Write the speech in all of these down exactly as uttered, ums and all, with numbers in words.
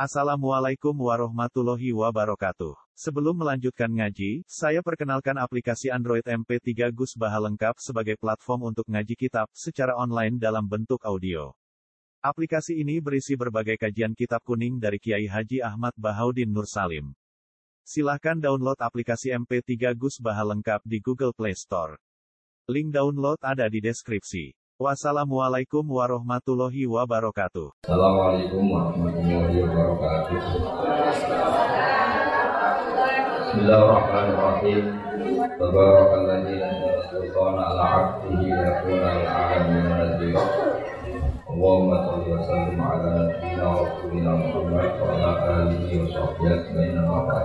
Assalamualaikum warahmatullahi wabarakatuh. Sebelum melanjutkan ngaji, saya perkenalkan aplikasi Android M P tiga Gus Baha lengkap sebagai platform untuk ngaji kitab secara online dalam bentuk audio. Aplikasi ini berisi berbagai kajian kitab kuning dari Kiai Haji Ahmad Bahaudin Nur Salim. Silahkan download aplikasi M P tiga Gus Baha lengkap di Google Play Store. Link download ada di deskripsi. Wassalamualaikum warahmatullahi wabarakatuh. Assalamualaikum warahmatullahi wabarakatuh. Bismillahirrahmanirrahim. Tabarakalladzi anzala al-Qur'ana 'ala 'abdihi liyakuna lil-'alamin nadhira. Allahumma shalli wa sallim 'ala nabiyyina wa rasulina Muhammad wa 'ala alihi wa sahbihi ajma'in.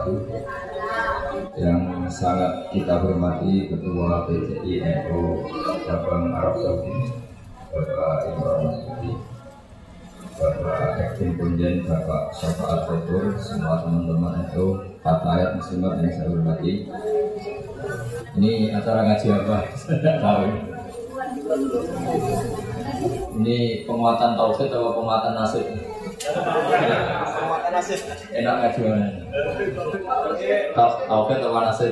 Yang sangat kita hormati Ketua P C I N U Cabang Arab Saudi, Bapak Imran Masudi, Bapak Ektim Punjen, Bapak Syafaat Fatur, semua teman-teman itu kata ayat muslimat yang saya hormati. Ini acara ngaji apa? Tidak tahu. Ini penguatan tauhid atau penguatan nasib? Penguatan nasib. Enak ngaji mana? Tauhid atau nasib?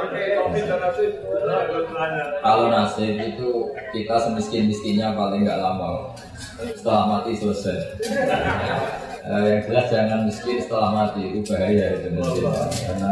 Kalau nasib itu kita semiskin-miskinnya paling nggak lama, setelah mati selesai. Uh, yang jelas jangan miskin setelah mati, itu bahaya itu karena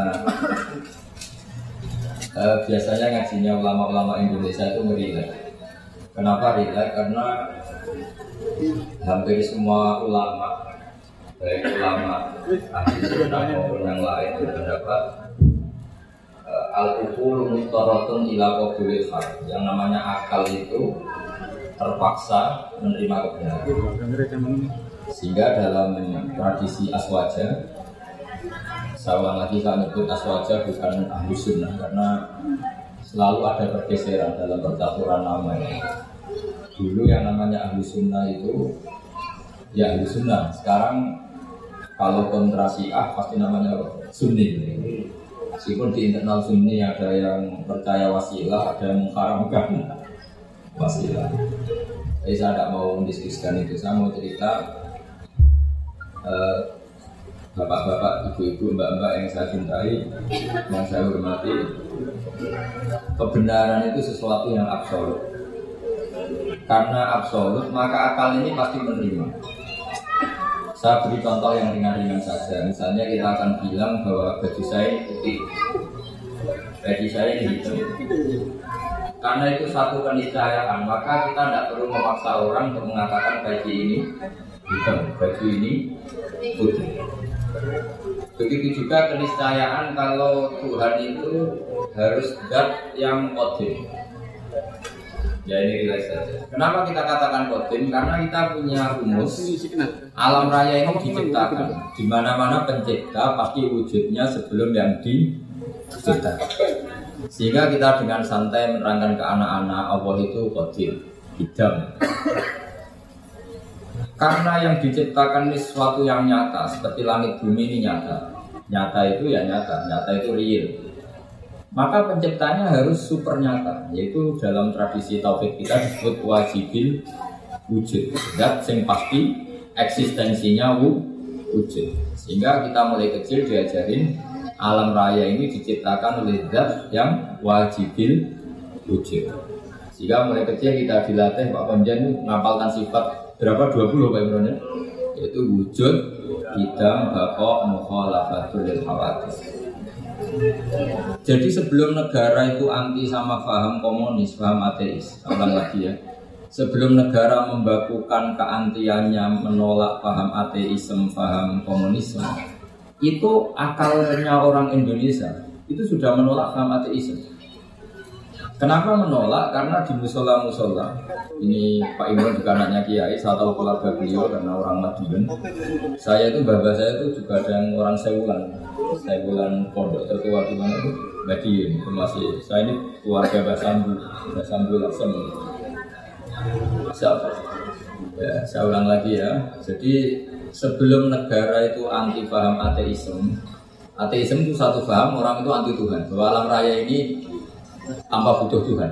uh, biasanya ngajinya ulama-ulama Indonesia itu merilek. Kenapa rilek? Karena hampir semua ulama, baik ulama ahli sunnah maupun yang lain berpendapat uh, al-uqul mustaratun ila qabulil haq. Yang namanya akal itu terpaksa menerima kebenaran. Sehingga dalam tradisi aswaja, saya ulang lagi saya menyebut aswaja bukan ahli sunnah karena selalu ada pergeseran dalam percaturan namanya. Dulu yang namanya ahli sunnah itu ya ahli sunnah. Sekarang kalau kontra Syiah pasti namanya sunni. Meskipun di internal sunni ada yang percaya wasilah, ada yang mengharamkan wasilah. Jadi saya tidak mau mendiskusikan itu. Saya mau cerita uh, bapak-bapak, ibu-ibu, mbak-mbak yang saya cintai, yang saya hormati. Kebenaran itu sesuatu yang absolut. Karena absolut, maka akal ini pasti menerima. Saya beri contoh yang ringan-ringan saja. Misalnya kita akan bilang bahwa baju saya putih, baju saya ini hitam. Karena itu satu keniscayaan, maka kita tidak perlu memaksa orang untuk mengatakan baju ini hitam, baju ini putih. Begitu juga keniscayaan kalau Tuhan itu harus zat yang qadim. Ya ini relax saja. Kenapa kita katakan qadim? Karena kita punya rumus alam raya ini diciptakan. Di mana-mana pencipta pasti wujudnya sebelum yang diciptakan. Sehingga kita dengan santai menerangkan ke anak-anak Allah itu qadim, hidam. Karena yang diciptakan ini sesuatu yang nyata, seperti langit bumi ini nyata. Nyata itu ya nyata, nyata itu real. Maka penciptanya harus super nyata, yaitu dalam tradisi tauhid kita disebut wajibil wujud. Zat yang pasti eksistensinya wujud. Sehingga kita mulai kecil diajarin alam raya ini diciptakan oleh zat yang wajibil wujud. Sehingga mulai kecil kita dilatih Pak Konjen menghafalkan sifat berapa? dua puluh Pak Imron ya? Yaitu wujud, hidam, baqa, mukhalafatul lil hawadits. Jadi sebelum negara itu anti sama paham komunis, paham ateis, ulang lagi ya. Sebelum negara membakukan keantiannya menolak paham ateisme, paham komunisme, itu akalnya orang Indonesia itu sudah menolak paham ateisme. Kenapa menolak? Karena di musola-musola ini Pak Imron juga anaknya Kiai, saya tahu keluarga beliau karena orang Madiun. Saya itu bapak saya itu juga ada yang orang Sewulan, Sewulan pondok tertua di mana itu Madiun. Itu masih saya ini keluarga Basambu, Basambu Laksem. Siapa? Ya, saya ulang lagi ya. Jadi sebelum negara itu anti paham ateisme, ateisme itu satu paham orang itu anti Tuhan. Bahwa alam raya ini tanpa butuh Tuhan.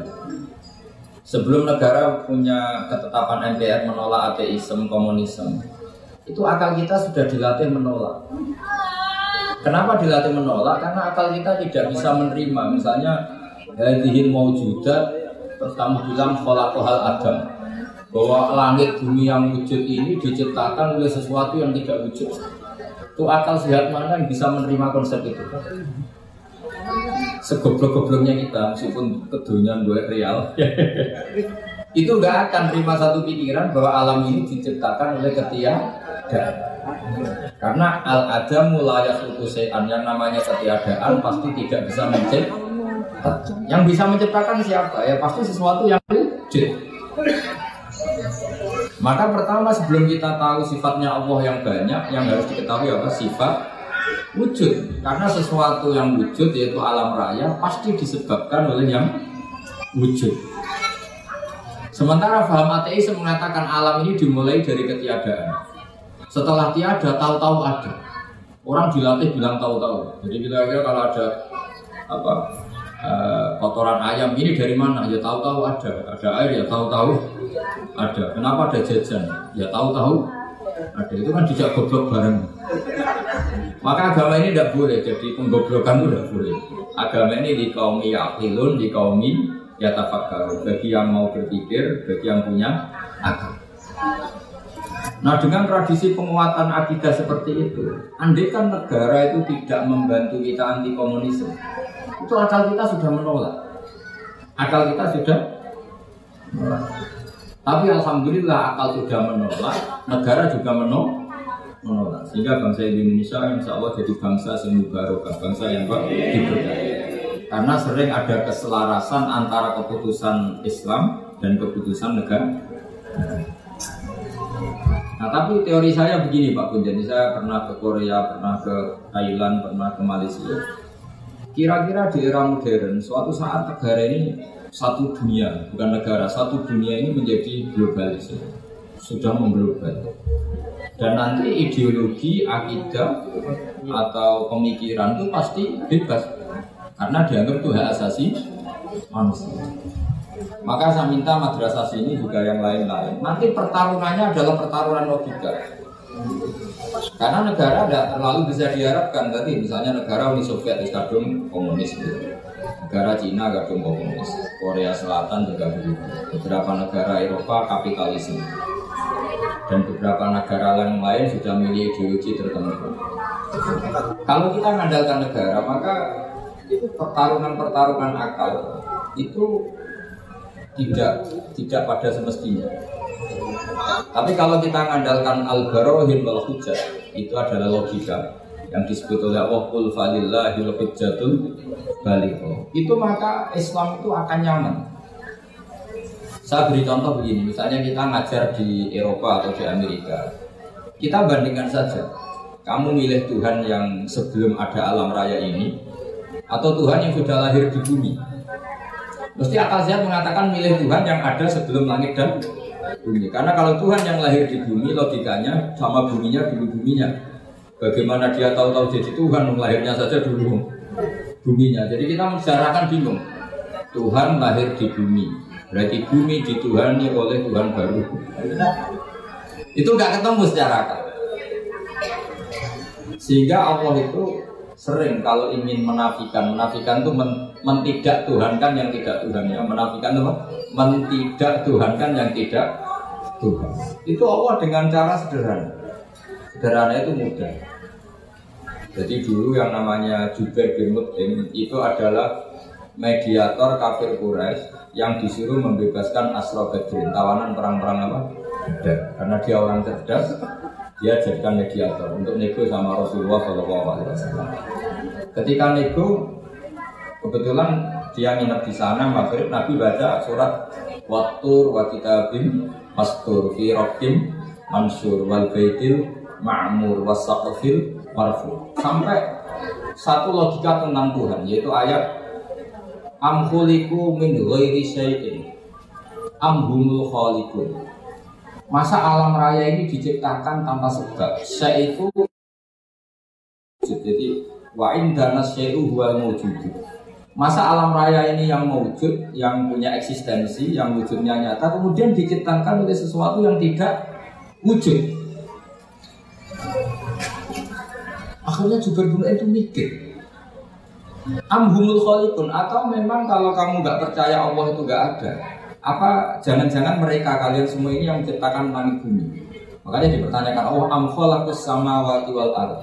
Sebelum negara punya ketetapan M P R menolak ateisme, komunisme, itu akal kita sudah dilatih menolak. Kenapa dilatih menolak? Karena akal kita tidak bisa menerima. Misalnya hadhil maujudat, terus kamu bilang khalaqahal adam, bahwa langit bumi yang wujud ini diciptakan oleh sesuatu yang tidak wujud. Itu akal sehat mana yang bisa menerima konsep itu? Segoblok-gobloknya kita, meskipun kedunian gue real, itu nggak akan terima satu pikiran bahwa alam ini diciptakan oleh ketiadaan. Karena al-adamu la yakhluqu syai'an, yang namanya ketiadaan pasti tidak bisa menciptakan. Yang bisa menciptakan siapa? Ya pasti sesuatu yang wujud. Maka pertama sebelum kita tahu sifatnya Allah yang banyak, yang harus diketahui apa? Sifat wujud. Karena sesuatu yang wujud yaitu alam raya pasti disebabkan oleh yang wujud. Sementara paham ateis mengatakan alam ini dimulai dari ketiadaan. Setelah tiada, tahu-tahu ada. Orang dilatih bilang tahu-tahu. Jadi kita kira kalau ada apa uh, kotoran ayam ini dari mana? Ya tahu-tahu ada. Ada air ya tahu-tahu ada. Kenapa ada jajan? Ya tahu-tahu ada. Itu kan dijak goblok bareng. Maka agama ini tidak boleh. Jadi penggoblokan itu tidak boleh. Agama ini di kaum yaqilun, di kaum yatafakkarun. Bagi yang mau berpikir, bagi yang punya akal. Nah dengan tradisi penguatan akidah seperti itu, andai kan negara itu tidak membantu kita anti komunisme, itu akal kita sudah menolak. Akal kita sudah menolak. Tapi alhamdulillah akal sudah menolak, negara juga menolak. Sehingga bangsa Indonesia insya Allah jadi bangsa yang mubarakah, bangsa yang diberkahi. Karena sering ada keselarasan antara keputusan Islam dan keputusan negara. Nah tapi teori saya begini Pak Punjani, saya pernah ke Korea, pernah ke Thailand, pernah ke Malaysia. Kira-kira di era modern, suatu saat negara ini satu dunia, bukan negara, satu dunia ini menjadi globalis, sudah mengglobal. Dan nanti ideologi, akidah atau pemikiran itu pasti bebas, karena dianggap itu hak asasi manusia. Maka saya minta madrasah sini juga yang lain-lain. Nanti pertarungannya adalah pertarungan logika. Karena negara tidak terlalu bisa diharapkan. Tadi misalnya negara Uni Soviet kadung komunis, negara Cina kadung komunis, Korea Selatan juga begitu. Beberapa negara Eropa kapitalisme, dan beberapa negara yang lain sudah memiliki ideologi tertentu. Kalau kita mengandalkan negara, maka itu pertarungan-pertarungan akal itu tidak tidak pada semestinya. Tapi kalau kita mengandalkan al-barohin wal hujjah, itu adalah logika yang disebut oleh Allah qul falillahil hujjatul balighah. Itu maka Islam itu akan nyaman. Saya beri contoh begini, misalnya kita ngajar di Eropa atau di Amerika. Kita bandingkan saja. Kamu milih Tuhan yang sebelum ada alam raya ini atau Tuhan yang sudah lahir di bumi. Mesti akal sehat mengatakan milih Tuhan yang ada sebelum langit dan bumi. Karena kalau Tuhan yang lahir di bumi, logikanya sama buminya dulu buminya. Bagaimana dia tahu-tahu jadi Tuhan, lahirnya saja dulu buminya. Jadi kita membicarakan bingung. Tuhan lahir di bumi, berarti bumi dituhani oleh Tuhan baru. Itu nggak ketemu secara akal. Sehingga Allah itu sering kalau ingin menafikan, menafikan itu men, mentidak Tuhankan yang tidak Tuhan, ya. Menafikan itu mentidak Tuhankan yang tidak Tuhan. Itu Allah dengan cara sederhana. Sederhana itu mudah. Jadi dulu yang namanya Jubair bin Mut'im itu adalah mediator kafir Quraisy yang disuruh membebaskan Asra Badrin, tawanan perang-perang apa? Dan karena dia orang cerdas, dia jadikan mediator untuk nego sama Rasulullah shallallahu alaihi wasallam. Ketika nego, kebetulan dia nginep di sana, maghrib Nabi baca surat Wattur wa kitabim mastur fi rabbim mansur wal baitil ma'mur was saqfil marfu. Sampai satu logika tentang Tuhan, yaitu ayat am khuliqu min ghairi syai'in am humul khaliqun. Masa alam raya ini diciptakan tanpa sebab? Syai' itu jadi wa indana syai'u huwal mawjud. Masa alam raya ini yang mewujud, yang punya eksistensi, yang wujudnya nyata, kemudian diciptakan oleh sesuatu yang tidak wujud. Akhirnya Jubair bin Mut'im itu mikir, amhumul khaliqun, atau memang kalau kamu nggak percaya Allah itu nggak ada, apa jangan-jangan mereka kalian semua ini yang menciptakan langit bumi? Makanya dipertanyakan Allah am khalaqas samawati wal ardh.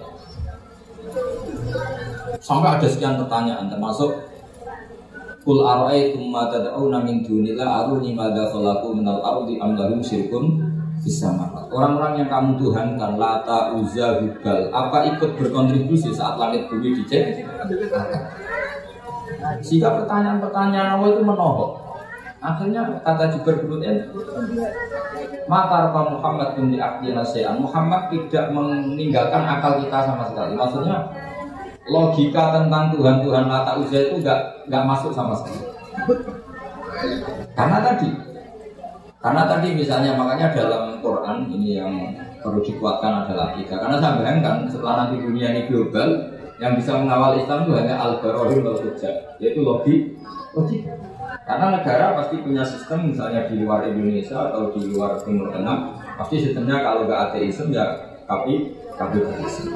Sampai ada sekian pertanyaan termasuk Qul ara'aytum ma tad'una min dunillah aruni madza khalaqu minal ardi am lahum syirkun fis samawati. Orang-orang yang kamu tuhankan Lata, Uzza, Hubal, apa ikut berkontribusi saat langit bumi diciptakan? Sehingga pertanyaan-pertanyaan Allah itu menohok. Akhirnya kata Jubair bin Mut'im, mata Rafa Muhammad bin diakdina se'an. Muhammad tidak meninggalkan akal kita sama sekali. Maksudnya logika tentang Tuhan-Tuhan Lata Uzza itu gak, gak masuk sama sekali. Karena tadi Karena tadi misalnya makanya dalam Quran ini yang perlu dikuatkan adalah kita. Karena saya bayangkan setelah nanti dunia ini global, yang bisa mengawal Islam itu hanya al-barahim wal-hujjah, yaitu logik, logik. Karena negara pasti punya sistem, misalnya di luar Indonesia atau di luar Timur Tengah, pasti sistemnya kalau nggak ateisme ya kapi, kapitalisme.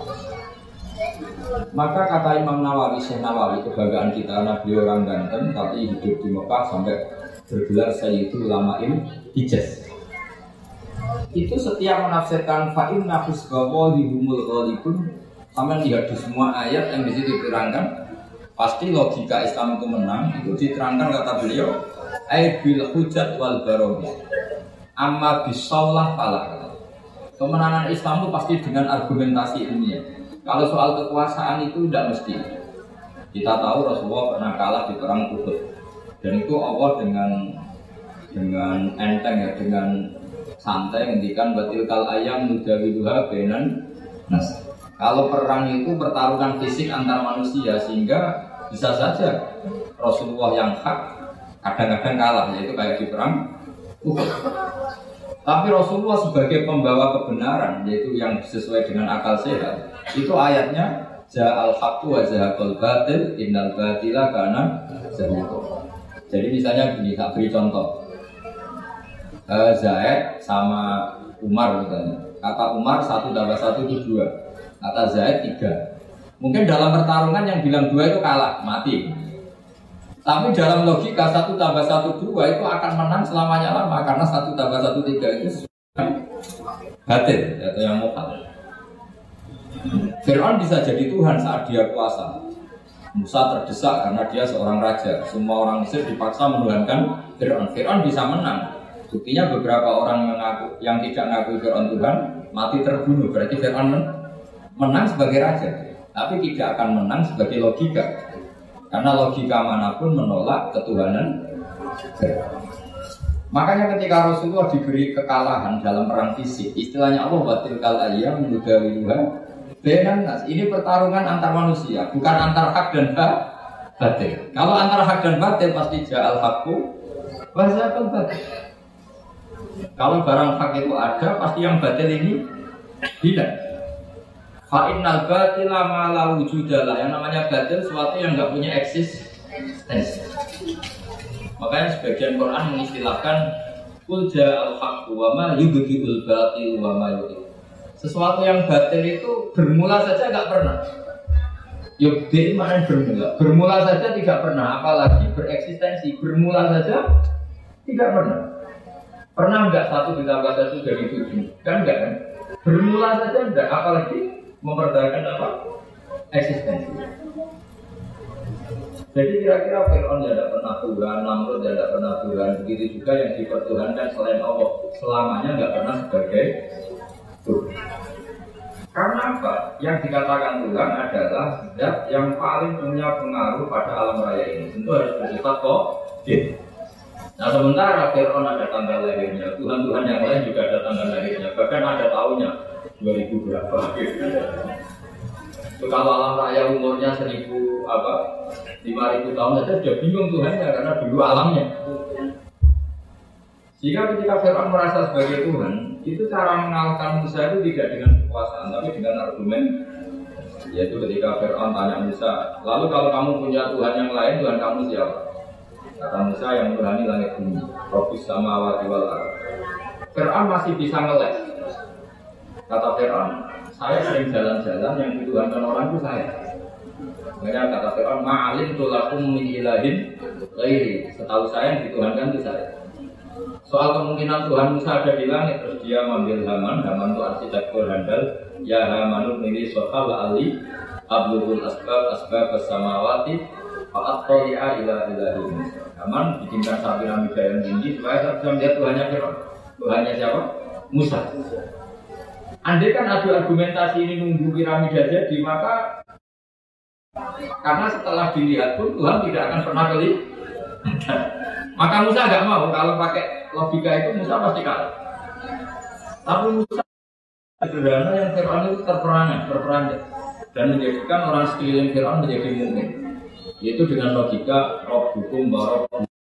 Maka kata Imam Nawawi, Syekh Nawawi, kebanggaan kita karena beliau orang ganteng, tapi hidup di Mekah sampai bergelar Sayyidul Ulama'il Hijaz. Itu setiap menafsirkan fa'in nafis bawahi humul ghalibun, sama lihat di semua ayat yang di situ diterangkan. Pasti logika Islam itu menang, itu diterangkan kata beliau ay bil hujjat wal barohi amma bisallah falah. Kemenangan Islam itu pasti dengan argumentasi ilmiah. Kalau soal kekuasaan itu tidak mesti. Kita tahu Rasulullah pernah kalah di perang Uhud, dan itu Allah dengan dengan enteng ya, dengan santai ngendikan batil kal ayam nudawiluha bainan nas. Kalau perang itu pertarungan fisik antar manusia, sehingga bisa saja Rasulullah yang hak kadang-kadang kalah, yaitu kayak di perang Uhud. Tapi Rasulullah sebagai pembawa kebenaran, yaitu yang sesuai dengan akal sehat, itu ayatnya ja'al haqqu wa zahaqal batil innal batila kana zahuqa. Jadi misalnya begini, tak beri contoh. Uh, Zaid sama Umar misalnya. Kata Umar satu tambah satu itu dua. Kata Zaid tiga. Mungkin dalam pertarungan yang bilang dua itu kalah, mati. Tapi dalam logika satu tambah satu dua itu akan menang selamanya lama, karena satu tambah satu tiga itu batil atau yang mokal. Fir'aun bisa jadi Tuhan saat dia kuasa. Musa terdesak karena dia seorang raja. Semua orang Mesir dipaksa menuhankan Fir'aun. Fir'aun bisa menang. Buktinya beberapa orang mengaku, yang tidak mengaku Fir'aun Tuhan mati terbunuh. Berarti Fir'aun menang sebagai raja, tapi tidak akan menang sebagai logika. Karena logika manapun menolak ketuhanan Fir'aun. Makanya ketika Rasulullah diberi kekalahan dalam perang fisik, istilahnya Allah batil kal ayyam nudawiluha bainan nas. Ini pertarungan antar manusia, bukan antar hak dan batil. Kalau antar hak dan batil pasti ja'al haqqu wa zahaqal batil. Kalau barang hak itu ada, pasti yang batil ini hilang. Fa innal batila ma la wujudalah. Yang namanya batil sesuatu yang enggak punya eksistensi. Makanya sebagian Quran mengistilahkan qul ja'al haqqu wa ma yubdi'ul batil wa ma yu'id. Sesuatu yang batil itu bermula saja enggak pernah. Yubdi' mana bermula? Bermula saja tidak pernah, apalagi bereksistensi. Bermula saja tidak pernah. Pernah enggak satu ditambah satu dari tujuh? Kan enggak kan? Bermula saja enggak, apalagi mempertahankan apa? Eksistensi. Jadi kira-kira Fir'aun tidak pernah Tuhan, Namrud tidak pernah Tuhan, begitu juga yang dipertuhankan selain Allah selamanya enggak pernah sebagai Tuhan. Karena apa? Yang dikatakan Tuhan adalah zat yang paling punya pengaruh pada alam raya ini. Tentu harus bersifat qadim. Nah sementara Fir'aun ada tanggal lahirnya, Tuhan-Tuhan yang lain juga ada tanggal lahirnya, bahkan ada tahunnya dua ribu berapa. So, kalau alam raya umurnya seribu apa lima ribu tahun saja sudah bingung Tuhannya karena dulu alamnya. Jika ketika Fir'aun merasa sebagai Tuhan, itu cara mengalahkan Musa itu tidak dengan kekuasaan, tapi dengan argumen. Yaitu ketika Fir'aun tanya Musa, lalu kalau kamu punya Tuhan yang lain, Tuhan kamu siapa? Kata Musa yang menurani langit bumi, Rabbus samawati wal ardh. Fir'aun masih bisa ngeles. Kata Fir'aun, Saya sering jalan-jalan yang dituhankan orang itu saya. Makanya kata Fir'aun, ma'alim tulakum min ilahin ghairi. Setahu saya yang dituhankan itu saya. Soal kemungkinan Tuhan Musa ada di langit, terus dia manggil Haman. Haman itu arsitektur handal. Ya Hamanut nili sohal ali abluhul asbab asbab besamawati fa'at toli'a ila ilahi Musa. Haman bikinkan satu piramida yang tinggi supaya saya bisa melihat Tuhannya Fir'aun. Tuhannya siapa? Musa. Andai kan adu argumentasi ini nunggu piramida jadi, maka karena setelah dilihat pun Tuhan tidak akan pernah kelihatan. Maka Musa nggak mau, kalau pakai logika itu Musa pasti kalah. Tapi Musa sederhana yang Fir'aun itu terperangan, terperanjat dan menjadikan orang sekeliling Fir'aun menjadi mukmin. Yaitu dengan logika Rob hukum Barob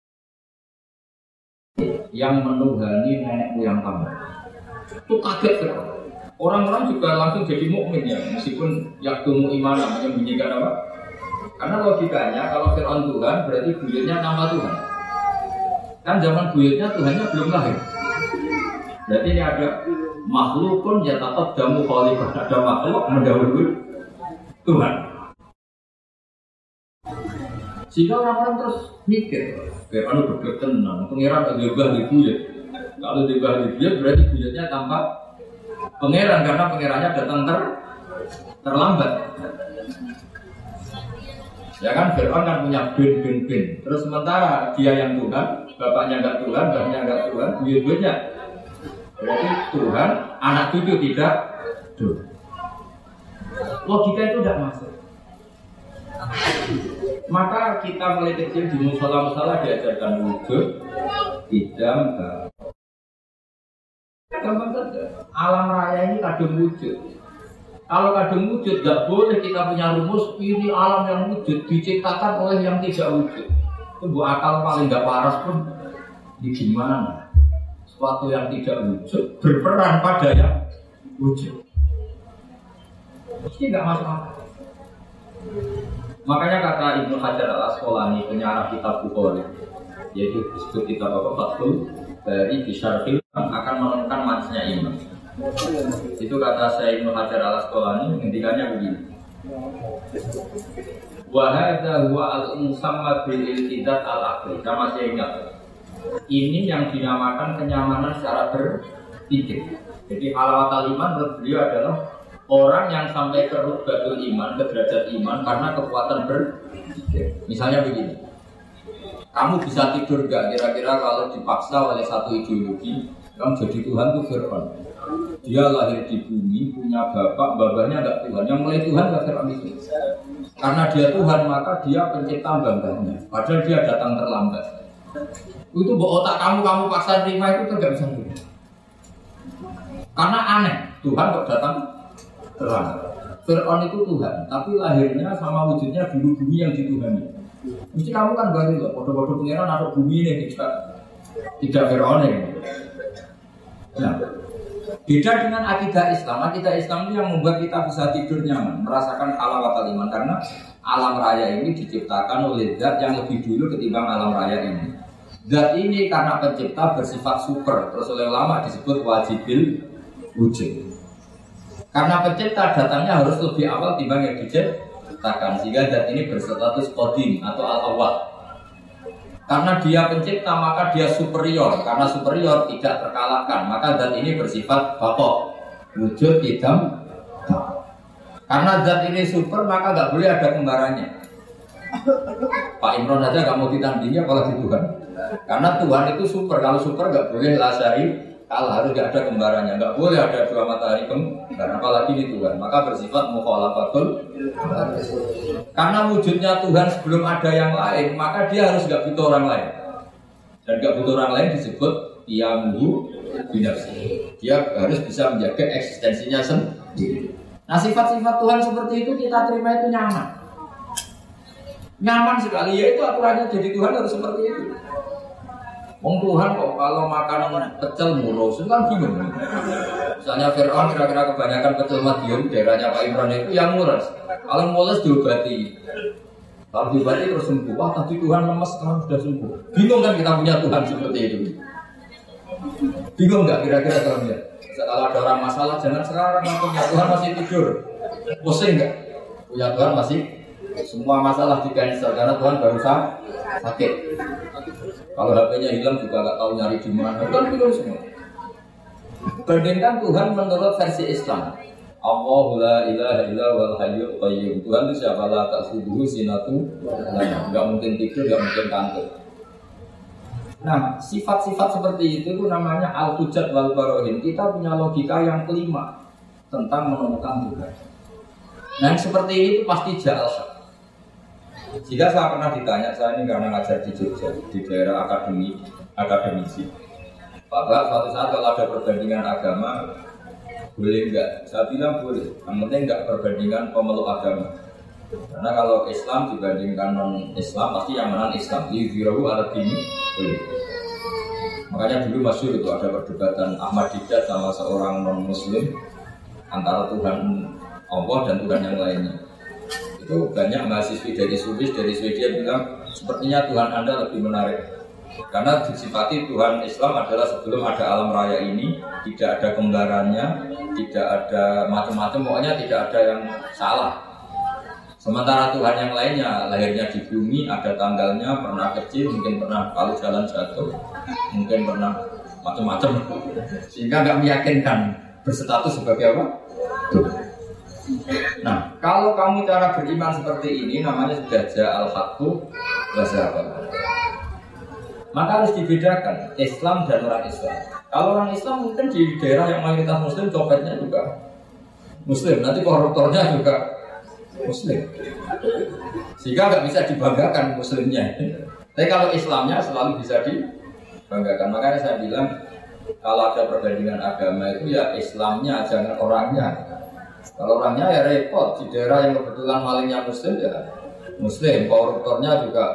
yang menuhani nenek moyang kamu. Itu kaget Fir'aun. Orang-orang juga langsung jadi mukmin ya, meskipun yaktumu imana menyembunyikan apa? Karena logikanya kalau Fir'aun Tuhan berarti buyutnya tanpa Tuhan. Kan zaman buyutnya Tuhannya belum lahir. Berarti ini ada makhluk pun ya tetap jamu khalifah, ada makhluk mendahului Tuhan. Sehingga orang-orang terus mikir, Fir'aun berdek tenang, pengiran ada bah di buyut. Kalau di bah di buyut berarti buyutnya tanpa Pangeran, karena pangerannya datang ter terlambat. Ya kan, Fir'aun kan punya bin bin bin. Terus sementara dia yang Tuhan, bapaknya enggak Tuhan, bapaknya enggak Tuhan, buyut-buyutnya. Berarti Tuhan, anak cucu tidak Tuhan. Logika itu tidak masuk. Maka kita mulai kecil di musola-musola diajarkan wujud, idam, gampang saja. Alam raya ini kadung wujud. Kalau kadung wujud, tidak boleh kita punya rumus ini alam yang wujud diciptakan oleh yang tidak wujud. Itu bu akal paling nggak waras pun. Ini gimana? Suatu yang tidak wujud berperan pada yang wujud. Ini nggak masuk akal. Makanya kata Ibnu Hajar al-Asqalani penyarah kitab Bukhari, yaitu disebut kitab apa? Fathul Bari Bisyarhil akan menemukan manisnya iman. Itu kata saya Ibnu Hajar al-Asqalani, ngendikannya begini. Wa hadza huwa al-musamma bil iltidat al-aqli. Saya masih ingat. Ini yang dinamakan kenyamanan secara berpikir. Jadi halawatul iman menurut beliau adalah orang yang sampai ke rutbatul iman, ke derajat iman karena kekuatan berpikir. Misalnya begini. Kamu bisa tidur gak kira-kira kalau dipaksa oleh satu ideologi, kamu jadi Tuhan itu Fir'aun. Dia lahir di bumi, punya bapak, bapaknya gak Tuhan. Yang mulai Tuhan gak Fir'aun itu. Karena dia Tuhan, maka dia pencipta bangganya. Padahal dia datang terlambat. Itu bawa otak kamu, kamu paksa terima itu tidak bisa terima. Karena aneh, Tuhan kok datang terlambat. Fir'aun itu Tuhan, tapi lahirnya sama wujudnya dulu bumi yang dituhani. Mesti kamu kan balik loh, bodoh-bodoh pengiran atau bumi ini tidak tidak Fir'aun ini. Nah, beda dengan akidah Islam. Akidah Islam itu yang membuat kita bisa tidur nyaman, merasakan halawatul iman karena alam raya ini diciptakan oleh zat yang lebih dulu ketimbang alam raya ini. Zat ini karena pencipta bersifat super, terus oleh ulama disebut wajibil wujud. Karena pencipta datangnya harus lebih awal timbang yang diciptakan. Sehingga zat ini berstatus qadim atau al-awwal. Karena dia pencipta maka dia superior. Karena superior tidak terkalahkan, maka zat ini bersifat baqa, wujud idam. Karena zat ini super maka nggak boleh ada kembarannya. Pak Imron aja nggak mau ditandingi apalagi Tuhan. Karena Tuhan itu super. Kalau super nggak boleh la syarika kalau harus nggak ada kembarannya, nggak boleh ada dua matahari kembar, apalagi ini Tuhan. Maka bersifat mukhalafatul. Karena wujudnya Tuhan sebelum ada yang lain, maka dia harus nggak butuh orang lain. Dan nggak butuh orang lain disebut qiyamuhu binafsihi. Dia harus bisa menjaga eksistensinya sendiri. Nah sifat-sifat Tuhan seperti itu kita terima itu nyaman. Nyaman sekali, ya itu aturannya jadi Tuhan harus seperti itu. Wong Tuhan kok kalau makanan pecel mulus kan bingung. Misalnya Fir'aun kira-kira kebanyakan pecel Madiun daerahnya Pak Imran itu yang mulus. Kalau mulus diobati, kalau diobati terus sembuh. Wah tadi Tuhan lemes sekarang sudah sembuh. Bingung kan kita punya Tuhan seperti itu. Bingung nggak kira-kira kalau lihat? kalau ada orang masalah jangan sekarang punya Tuhan masih tidur. Pusing enggak? Punya Tuhan masih semua masalah di cancel karena Tuhan baru sakit. Kalau H P-nya hilang juga nggak tahu nyari di mana. Kan bingung semua. Bandingkan Tuhan menurut versi Islam. Allahu la ilaha illa wal hayyul qayyum. Tuhan itu siapa? La ta'khudhuhu sinatun wa nawm. Enggak mungkin tidur, enggak mungkin kantuk. Nah, sifat-sifat seperti itu itu namanya al-hujjat wal barohin. Kita punya logika yang kelima tentang menemukan Tuhan. Nah, yang seperti ini itu pasti ja'al haq. Jika saya pernah ditanya, saya ini karena ngajar di Jogja, di daerah akademi, akademisi. Bapak, suatu saat kalau ada perbandingan agama, boleh enggak? Saya bilang boleh. Yang penting enggak perbandingan pemeluk agama. Karena kalau Islam dibandingkan non-Islam, pasti yang menang Islam. Di zirahu ala dini, boleh. Makanya dulu masyhur itu ada perdebatan Ahmad Didat sama seorang non-Muslim antara Tuhan Allah dan Tuhan yang lainnya. Itu banyak mahasiswi dari Swiss, dari Swedia bilang, sepertinya Tuhan Anda lebih menarik. Karena disifati Tuhan Islam adalah sebelum ada alam raya ini, tidak ada kembarannya, tidak ada macam-macam, pokoknya tidak ada yang salah. Sementara Tuhan yang lainnya, lahirnya di bumi, ada tanggalnya, pernah kecil, mungkin pernah kalau jalan jatuh, mungkin pernah macam-macam. Sehingga nggak meyakinkan berstatus sebagai apa? Tuhan. Nah, kalau kamu cara beriman seperti ini, namanya sudah ja'al haqqu wa zahaqal. Maka harus dibedakan Islam dan orang Islam. Kalau orang Islam mungkin di daerah yang mayoritas Muslim, copetnya juga Muslim, nanti koruptornya juga Muslim, sehingga nggak bisa dibanggakan Muslimnya. Tapi kalau Islamnya selalu bisa dibanggakan. Makanya saya bilang kalau ada perbandingan agama itu ya Islamnya, jangan orangnya. Kalau orangnya ya repot. Di daerah yang kebetulan malingnya Muslim ya Muslim, koruptornya juga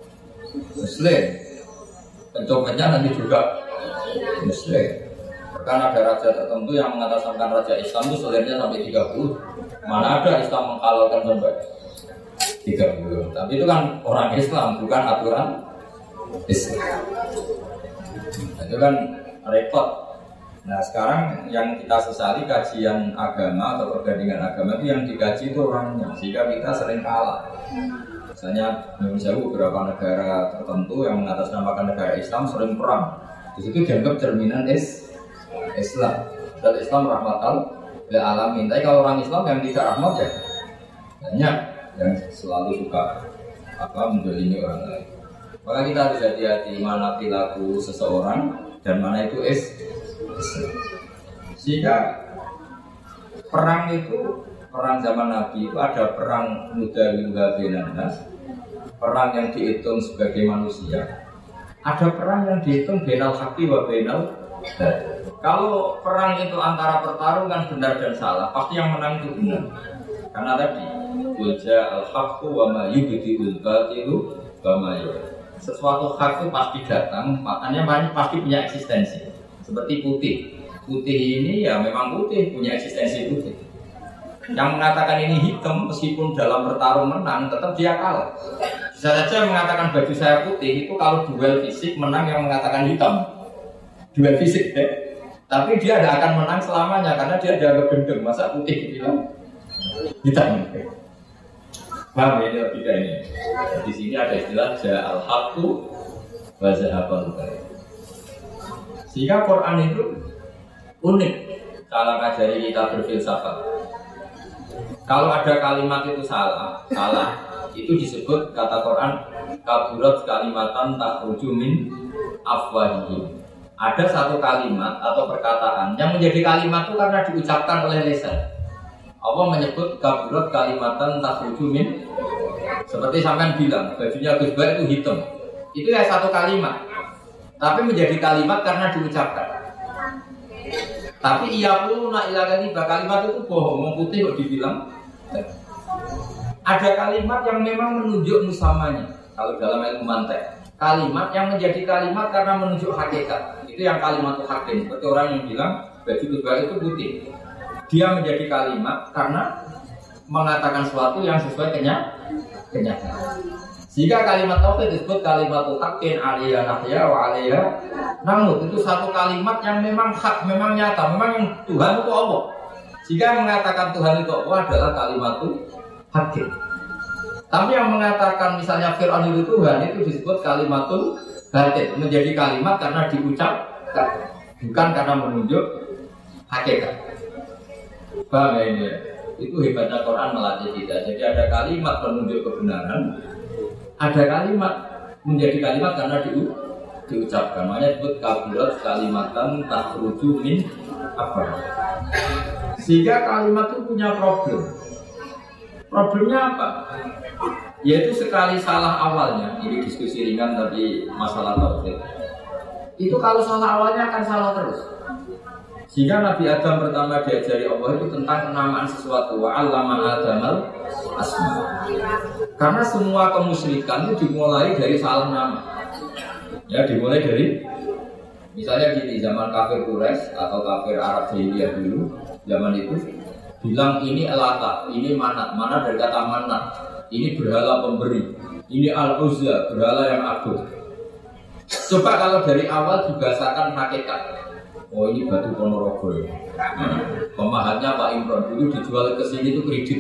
Muslim, pencopetnya nanti juga Muslim. Bahkan ada raja tertentu yang mengatasnamakan raja Islam itu selirnya sampai tiga puluh. Mana ada Islam menghalalkan sampai tiga puluh. Tapi itu kan orang Islam, bukan aturan Islam. Itu kan repot. Nah sekarang yang kita sesali kajian agama atau perbandingan agama itu yang dikaji itu orangnya, sehingga kita sering kalah. Misalnya Indonesia beberapa negara tertentu yang mengatasnamakan negara Islam sering perang. Di situ dianggap cerminan is Islam. Dan Islam rahmatan lil alamin. Tapi kalau orang Islam yang tidak rahmat ya banyak yang selalu suka apa menzalimi orang lain. Maka kita harus hati-hati mana perilaku seseorang dan mana itu is Islam. Sehingga perang itu, perang zaman Nabi itu ada perang mudawilah benanas, perang yang dihitung sebagai manusia. Ada perang yang dihitung benal haqi wa benal batil. Kalau perang itu antara pertarungan benar dan salah, pasti yang menang itu benar. Karena tadi wajah al-haqqu wa ma yubdi'ul batilu wa ma yu'id. Sesuatu hak itu pasti datang, maknanya pasti punya eksistensi. Seperti putih. Putih ini ya memang putih, punya eksistensi putih. Yang mengatakan ini hitam meskipun dalam bertarung menang, tetap dia kalah. Bisa saja mengatakan baju saya putih itu kalau duel fisik menang yang mengatakan hitam. Duel fisik deh. Tapi dia tidak akan menang selamanya karena dia dianggap gendeng. Masa putih bilang hitam. Paham ya ini logika ini. Di sini ada istilah ja'al haqqu wa zahaqal batil. Sehingga Quran itu unik cara ngajari kita berfilsafat. Kalau ada kalimat itu salah, salah itu disebut kata Quran kaburat kalimatan takhruju min afwahihim. Ada satu kalimat atau perkataan yang menjadi kalimat itu karena diucapkan oleh lisan. Allah menyebut kaburat kalimatan takhruju min, seperti sampean bilang bajunya Gus Baik itu hitam. Itu ya satu kalimat. Tapi menjadi kalimat karena diucapkan. Tapi ia pun nak ilakan tiba kalimat itu bohong, mau putih kok dibilang. Ada kalimat yang memang menunjuk musamanya. Kalau dalam ilmu mantek, kalimat yang menjadi kalimat karena menunjuk hakikat. Itu yang kalimat hakim. Seperti orang yang bilang baju Gus itu putih. Dia menjadi kalimat karena mengatakan sesuatu yang sesuai kenyataan. Sehingga kalimat tauhid disebut kalimat haqqin aliyah nahya wa aliyah namut. Itu satu kalimat yang memang hak, memang nyata, memang yang Tuhan itu Allah. Jika yang mengatakan Tuhan itu Allah adalah kalimat haqqin. Tapi yang mengatakan misalnya Fir'aun itu Tuhan itu disebut kalimatul batin, menjadi kalimat karena diucapkan, bukan karena menunjuk hakikat. Paham ya ini? Itu hebatnya Quran melatih kita. Jadi ada kalimat penunjuk kebenaran, ada kalimat menjadi kalimat karena di, diucapkan. Makanya disebut kabulat kalimatan takhruju min apa? Sehingga kalimat itu punya problem. Problemnya apa? Yaitu sekali salah awalnya, ini diskusi ringan tapi masalah tauhid. Itu kalau salah awalnya akan salah terus. Sehingga Nabi Adam pertama diajari Allah itu tentang kenamaan sesuatu. Wa 'allama Adamal asma. Karena semua kemusyrikan itu dimulai dari salah nama. Ya, dimulai dari misalnya gini, zaman kafir Quraisy atau kafir Arab jahiliyah dulu, zaman itu bilang ini Elata, ini Manat, mana dari kata Manat. Ini berhala pemberi, ini Al-Uzza, berhala yang agung. Coba kalau dari awal dibahasakan hakikat. Oh ini batu Ponorogo ya. Pemahatnya Pak Imron dulu dijual ke sini itu kredit.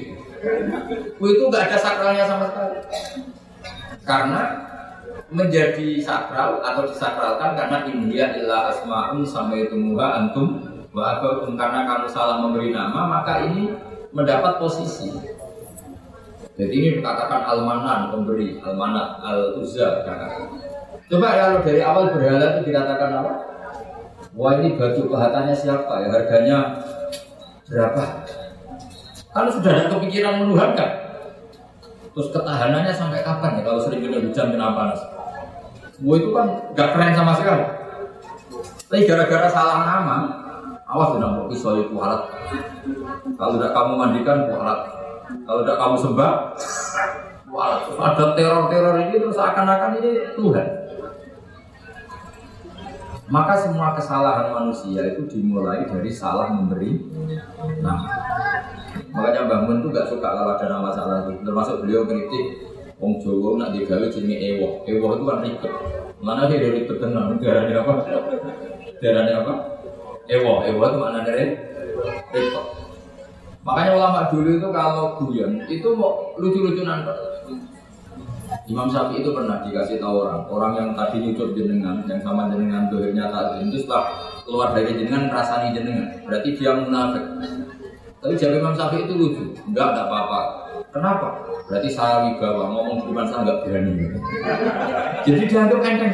Oh, itu nggak ada sakralnya sama sekali. Karena menjadi sakral atau disakralkan karena India illa asma'un samaitumuha antum wa abakum, karena kamu salah memberi nama maka ini mendapat posisi. Jadi ini dikatakan Al-Manan pemberi, Al-Manat, Al-Uzza. Coba kalau dari awal berhala itu dikatakan apa? Wah ini batu pahatannya siapa ya, harganya berapa? Kalau sudah ada kepikiran menuhankan, terus ketahanannya sampai kapan ya kalau sering kena hujan kena panas? Wah itu kan gak keren sama sekali. Tapi gara-gara salah nama, awas sudah mau pisau itu alat. Kalau tidak kamu mandikan alat, kalau tidak kamu sembah, alat. Ada teror-teror ini terus seakan-akan ini Tuhan. Maka semua kesalahan manusia itu dimulai dari salah memberi nama. Makanya Mbah Mun itu gak suka kalau ada nama salah itu. Termasuk beliau kritik wong Jawa nak digawe jenenge ewoh. Ewoh itu kan ribet. Mana dia dari ribet tenan? Darahnya apa? Darahnya apa? Ewoh. Ewoh itu maknanya ribet. Makanya ulama dulu itu kalau guyon itu mau lucu-lucunan. Imam Syafi'i itu pernah dikasih tahu orang, orang yang tadi nyucuk jenengan, yang sama jenengan dohirnya tadi, itu setelah keluar dari jenengan rasani jenengan, berarti dia munafik. Tapi jawab Imam Syafi'i itu lucu, enggak, enggak apa-apa. Kenapa? Berarti saya wibawa, ngomong cuma saya enggak berani. Jadi dianggap enteng.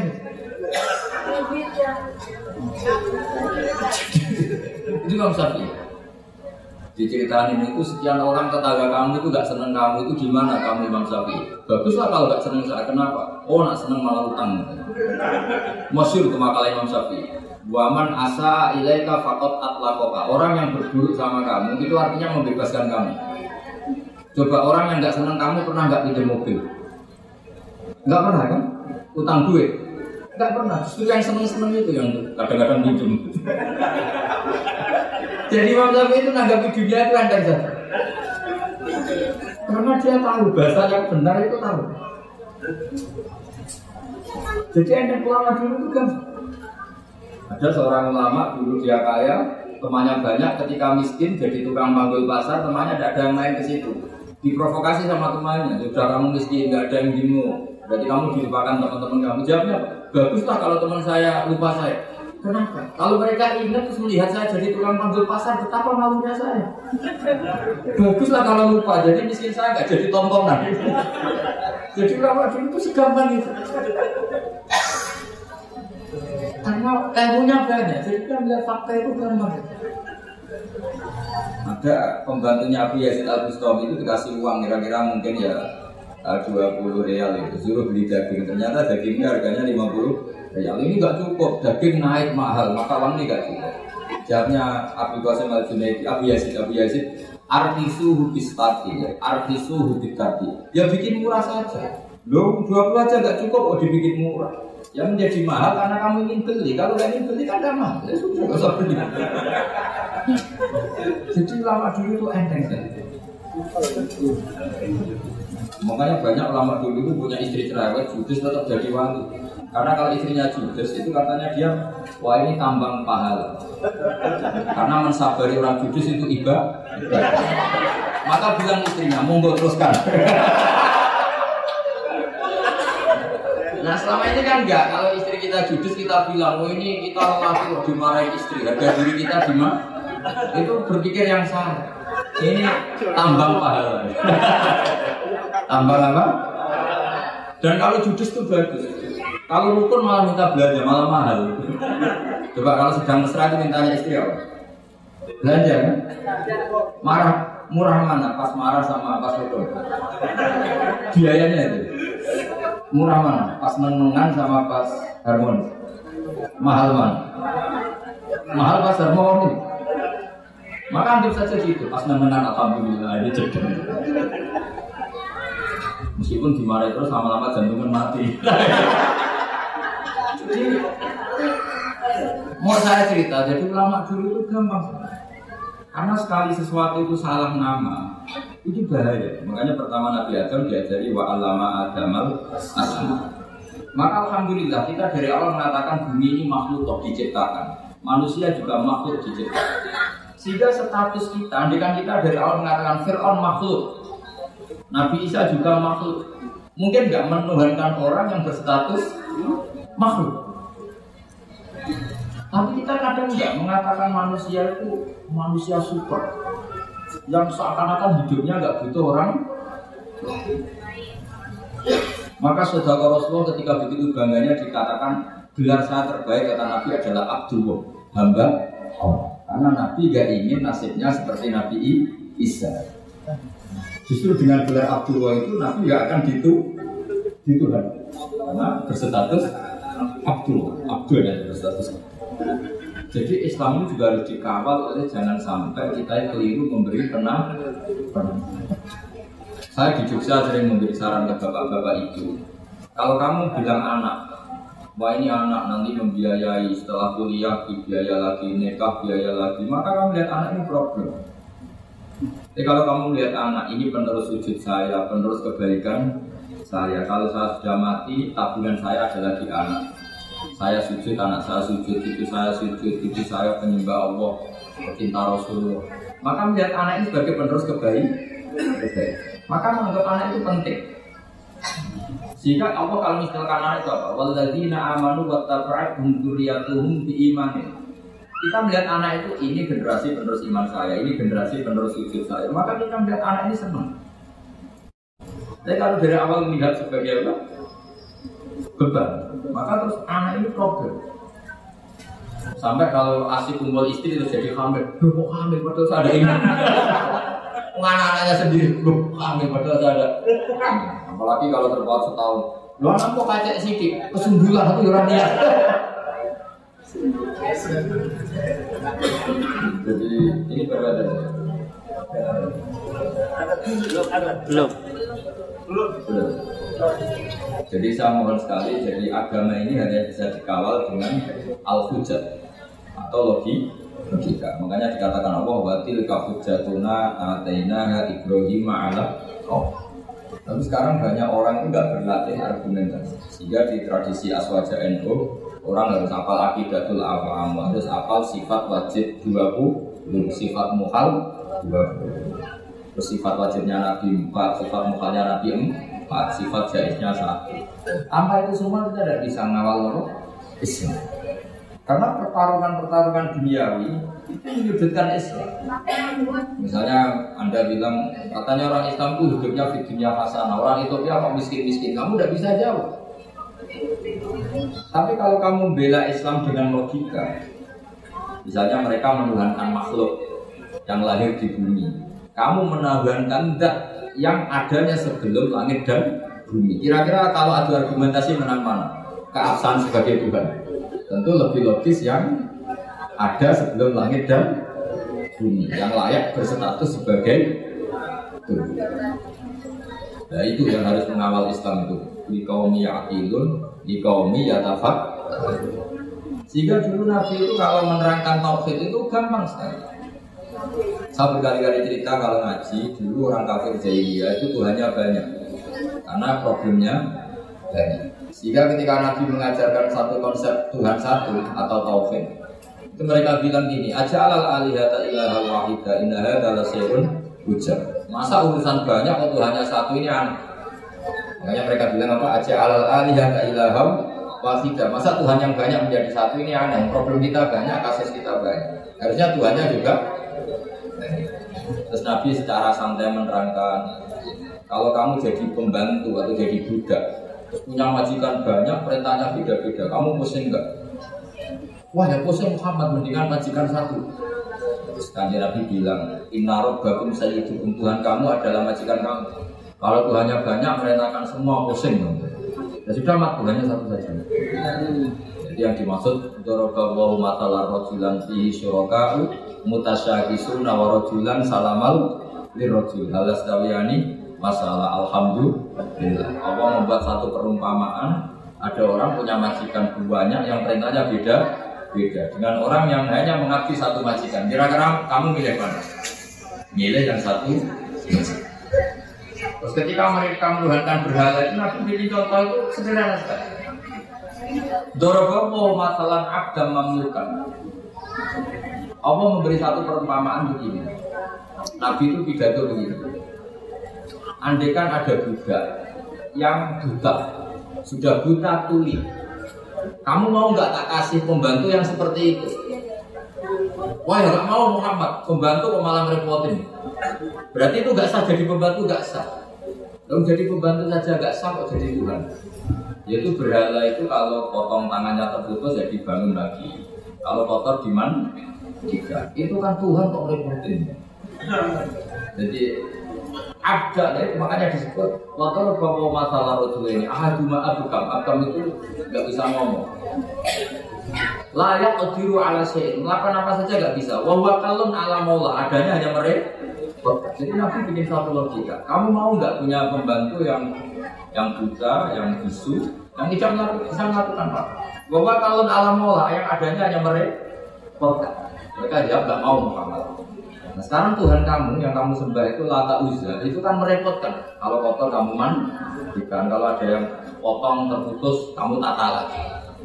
Itu Imam Syafi'i. Diceritain itu sekian orang tetangga kamu itu gak seneng kamu itu gimana kamu Imam Syafi'i? Baguslah kalau gak seneng saya, kenapa? Oh nak seneng malah utang. Masyhur itu makalah Imam Syafi'i. Waman asa ilaika faqat atlaqaka. Orang yang berburuk sama kamu itu artinya membebaskan kamu. Coba orang yang gak seneng kamu pernah gak pinjam mobil? Gak pernah kan? Utang duit? Gak pernah. Justru yang seneng-seneng itu yang kadang-kadang pinjam. Jadi Imam Syafi'i itu nanggapi dunia itu enteng saja. Karena dia tahu bahasa yang benar itu tahu. Jadi enteng ulama dulu itu kan. Ada seorang ulama dulu dia kaya, temannya banyak, ketika miskin jadi tukang panggul pasar, temannya tidak ada yang main ke situ. Diprovokasi sama temannya, sudah kamu miskin, tidak ada yang dimu, berarti kamu dilupakan teman-teman kamu. Jawabnya, baguslah kalau teman saya lupa saya. Kenapa? Kalau mereka ingat terus melihat saya jadi tukang panggul pasar, betapa malunya saya. Baguslah kalau lupa, jadi miskin saya nggak jadi tontonan. Jadi ulama dulu itu segampang itu. Karena ilmunya banyak, jadi kan melihat fakta itu gampang. Ada pembantunya Abu Yazid Al-Bustami itu dikasih uang kira-kira mungkin ya dua puluh real itu, suruh beli daging. Ternyata dagingnya harganya lima puluh real. Ini nggak cukup, daging naik mahal, maka uang ini nggak cukup. Jawabnya Abu Qasim Al-Junaidi, Abu Yazid, Abu Yazid, artisu hubis tadi, artisu hubis tadi. Ya bikin murah saja. Loh, dua puluh aja nggak cukup, oh dibikin murah. Yang menjadi mahal karena kamu ingin beli. Kalau nggak ingin beli kan nggak mahal. Ya sudah, nggak usah beli. Jadi ulama dulu itu enteng sekali. Makanya banyak ulama dulu itu punya istri cerewet, judes tetap jadi wali. Karena kalau istrinya judes itu katanya dia, wah ini tambang pahala. Karena mensabari orang judes itu iba. Maka bilang istrinya, monggo teruskan. Nah selama ini kan enggak, kalau istri kita judes kita bilang, oh ini kita lelaki dimarahin istri, harga diri kita dimana? Itu berpikir yang salah. Ini tambang pahala. Tambang apa? Dan kalau judes itu bagus. Kalau rukun malah minta belanja, malah mahal. Coba kalau sedang mesra itu mintanya istri apa? Belanja kan? Marah, murah mana? Pas marah sama pas rukun. Biayanya itu. Murah mana? Pas menengan sama pas harmonis. Mahal mana? Mahal pas harmonis. Maka anggap saja gitu, pas menengan alhamdulillah ini jadi. Meskipun dimarahi terus lama-lama jantungnya mati. Jadi mau saya cerita, jadi ulama dulu itu gampang. Karena sekali sesuatu itu salah nama, itu bahaya. Makanya pertama Nabi Adam diajari wa allama adamal asma. Maka alhamdulillah kita dari awal mengatakan bumi ini makhluk toh diciptakan. Manusia juga makhluk diciptakan. Sehingga status kita, andikan kita dari awal mengatakan Fir'aun makhluk, Nabi Isa juga makhluk. Mungkin nggak menuhankan orang yang berstatus makhluk. Tapi kita kadang nggak mengatakan manusia itu manusia super, yang seakan-akan hidupnya nggak butuh orang. Maka saudara Rasulullah ketika begitu bangganya dikatakan gelar saya terbaik kata Nabi adalah Abdullah, hamba Allah. Karena Nabi gak ingin nasibnya seperti Nabi Isa. Justru dengan gelar Abdullah itu Nabi gak akan ditu dituhan. Karena berstatus Abdullah, Abdul dan berstatus. Jadi Islam ini juga harus dikawal oleh jangan sampai kita yang keliru memberi penang. Saya di Jogja sering memberi saran ke bapak-bapak itu. Kalau kamu bilang anak, wah ini anak nanti membiayai setelah kuliah biaya lagi, nikah biaya lagi, maka kamu lihat anak ini problem. Jadi kalau kamu lihat anak ini penerus sujud saya, penerus kebaikan saya. Kalau saya sudah mati, tabungan saya adalah di anak. Saya sujud, anak saya sujud, itu saya sujud, itu saya penyembah Allah, cinta Rasulullah. Maka melihat anak ini sebagai penerus kebaikan, maka menganggap anak itu penting. Jika Allah kalau misalkan anak itu apa? Walladzina amanu wattaba'athum dzurriyyatuhum biimanin. Kita melihat anak itu ini generasi penerus iman saya, ini generasi penerus sujud saya. Maka kita melihat anak ini senang. Tapi kalau dari awal melihat sebagai apa? Beban. Maka terus anak ini problem. Sampai kalau asik kumpul istri terus jadi hamil. Loh kok hamil padahal saya ada ini. Anak-anaknya sendiri loh hamil padahal saya ada. Apalagi kalau terpaut setahun. Lu anak kok kacek sidik, kesembulan itu orang niat. Jadi ini berbeda. Belum. Belum. Belum. Jadi saya mohon sekali, jadi agama ini hanya bisa dikawal dengan al-hujjah atau logi, logika. Makanya dikatakan Allah wa tilka hujjatuna atainaha Ibrahim ala qaum. Tapi sekarang banyak orang itu nggak berlatih argumentasi. Sehingga di tradisi Aswaja N U orang harus hafal akidatul awam, harus hafal sifat wajib dua puluh, sifat muhal dua puluh. Terus sifat wajibnya Nabi empat, sifat muhalnya Nabi empat, sifat jaiznya satu. Tanpa itu semua kita tidak bisa ngawal Islam. Karena pertarungan-pertarungan duniawi itu menyudutkan Islam. Misalnya Anda bilang katanya orang Islam itu hidupnya di dunia hasanah, orang Ethiopia kok miskin-miskin, kamu tidak bisa jawab. Tapi kalau kamu bela Islam dengan logika, misalnya mereka menuhankan makhluk yang lahir di bumi, kamu menuhankan zat yang adanya sebelum langit dan bumi. Kira-kira kalau adu argumentasi menang mana? Keabsahan sebagai Tuhan. Tentu lebih logis yang ada sebelum langit dan bumi, yang layak berstatus sebagai Tuhan. Nah itu yang harus mengawal Islam itu. Liqaumi ya'qilun, liqaumi yatafak. Sehingga dulu Nabi itu kalau menerangkan tauhid itu gampang sekali. Saya berkali-kali cerita kalau ngaji dulu orang kafir jahiliyah itu Tuhannya banyak, karena problemnya banyak. Sehingga ketika Nabi mengajarkan satu konsep Tuhan satu atau tauhid, itu mereka bilang gini, aja alal alihata ilaha wahida innaha adalah syai'un ujar. Masa urusan banyak kok Tuhannya satu ini aneh. Makanya mereka bilang apa? Aja alal alihata ilaha wahida. Masa Tuhan yang banyak menjadi satu ini aneh. Problem kita banyak, kasus kita banyak. Harusnya Tuhannya juga. Terus Nabi secara santai menerangkan, kalau kamu jadi pembantu atau jadi budak, punya majikan banyak, perintahnya beda-beda, kamu pusing enggak? Wah ya pusing Muhammad, mendingan majikan satu. Terus kanjeng Nabi bilang, inna rabbakum sayyidukum, Tuhan kamu adalah majikan kamu. Kalau Tuhannya banyak, merintahkan semua pusing. Ya sudah mat, Tuhannya satu saja. Jadi yang dimaksud dorobawahu matalar rojulan fihi syuraka'u mutasyakisuna wa rojulan salamal lirrojul halas dawiyani masalah. Alhamdulillah Allah membuat satu perumpamaan, ada orang punya majikan banyak yang perintahnya beda-beda dengan orang yang hanya mengabdi satu majikan. Kira-kira kamu milih mana? Milih yang satu. Terus ketika mereka menuhankan berhala itu, Nabi pilih contoh itu sederhana sekali. Dorobawahu masalah abdam mamlukan. Allah memberi satu perumpamaan begini. Nabi itu pidato begini. Andaikan ada budak yang buta, sudah buta tuli, kamu mau nggak tak kasih pembantu yang seperti itu? Wah ya nggak mau Muhammad, pembantu kok malah ngerepotin. Berarti itu nggak sah jadi pembantu, nggak sah. Kalau jadi pembantu saja nggak sah kok jadi Tuhan. Yaitu berhala itu kalau potong tangannya terputus jadi bangun lagi. Kalau kotor diman, jika itu kan Tuhan kok repotin. Jadi ada, ya, makanya disebut motor bawa masalah rotul ini. Ahaduma abukam, abukam itu nggak bisa ngomong. Layak adiru ala syai'in, melakukan apa saja nggak bisa. Wahwa kalun ala maula, adanya hanya mereka. Jadi Nabi bikin satu logika. Kamu mau nggak punya pembantu yang yang buta, yang bisu, yang tidak melakukan, bisa melakukan apa? Bahwa kalau alam mola yang adanya hanya mereka, mereka jawab nggak mau Muhammad. Nah sekarang Tuhan kamu yang kamu sembah itu Lata Uzza, itu kan merepotkan. Kalau kotor kamu mandikan, kalau ada yang potong terputus kamu tata lagi.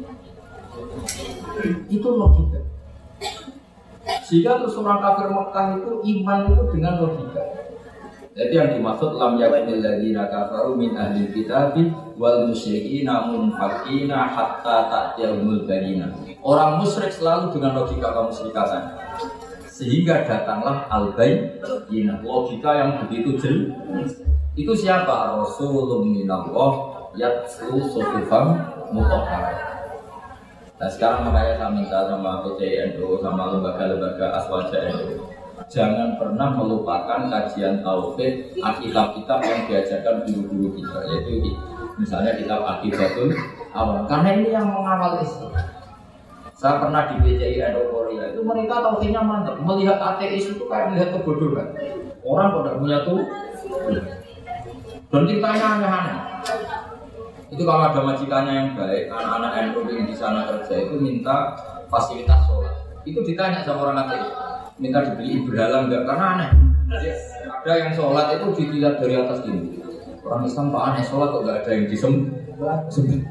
Itu logika. Sehingga terus orang kafir Mekah itu iman itu dengan logika. Jadi yang dimaksud lam yakunil ladzina kafaru min ahli kitabi wal musyrikina munfaqina hatta ta'tiyahumul bayyinah. Orang musyrik selalu dengan logika kaum musyrikatan. Sehingga datanglah al-bayyinah, logika yang begitu jelas. Itu siapa? Rasulun minallah yatlu suhufan mutahharah. Nah sekarang makanya saya minta sama P C N U sama lembaga-lembaga Aswaja N U, jangan pernah melupakan kajian tauhid kitab-kitab yang diajarkan guru-guru kita, yaitu misalnya kitab Aqidatul Awam, karena ini yang mengawal Islam. Saya pernah di B C I N U Korea, itu mereka tauhidnya mantap, melihat ateis itu kayak melihat kebodohan. Orang pada punya tuh, dan ceritanya aneh-aneh. Itu kalau ada majikannya yang baik, anak-anak N U yang di sana kerja itu minta fasilitas sholat. Itu ditanya sama orang ateis, minta dibeli berhala enggak? Karena aneh. Ada yang sholat itu dilihat dari atas ini. Orang Islam pak aneh sholat kok enggak ada yang disembah.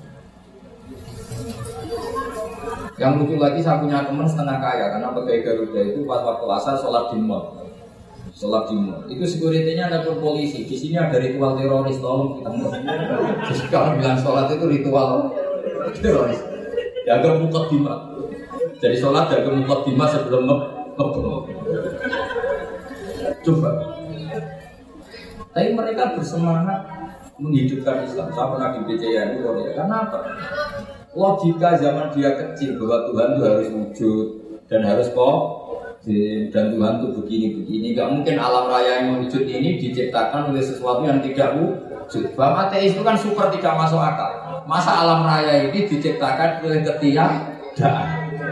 Yang lucu lagi saya punya teman setengah kaya karena pegawai Garuda itu pas waktu asar sholat di mall. Sholat di mall. Itu security-nya ada polisi. Di sini ada ritual teroris, tolong kita. Jadi kalau bilang sholat itu ritual teroris. Jaga muqaddimah. Jadi sholat jaga muqaddimah sebelum ngebel. Coba. Tapi mereka bersemangat menghidupkan Islam. Saya pernah di B C I N U Korea. Karena apa? Logika zaman dia kecil bahwa Tuhan itu harus wujud dan harus kok. Dan Tuhan itu begini-begini. Gak mungkin alam raya yang wujud ini diciptakan oleh sesuatu yang tidak wujud. Bahwa ateis itu kan super tidak masuk akal. Masa alam raya ini diciptakan oleh ketiadaan?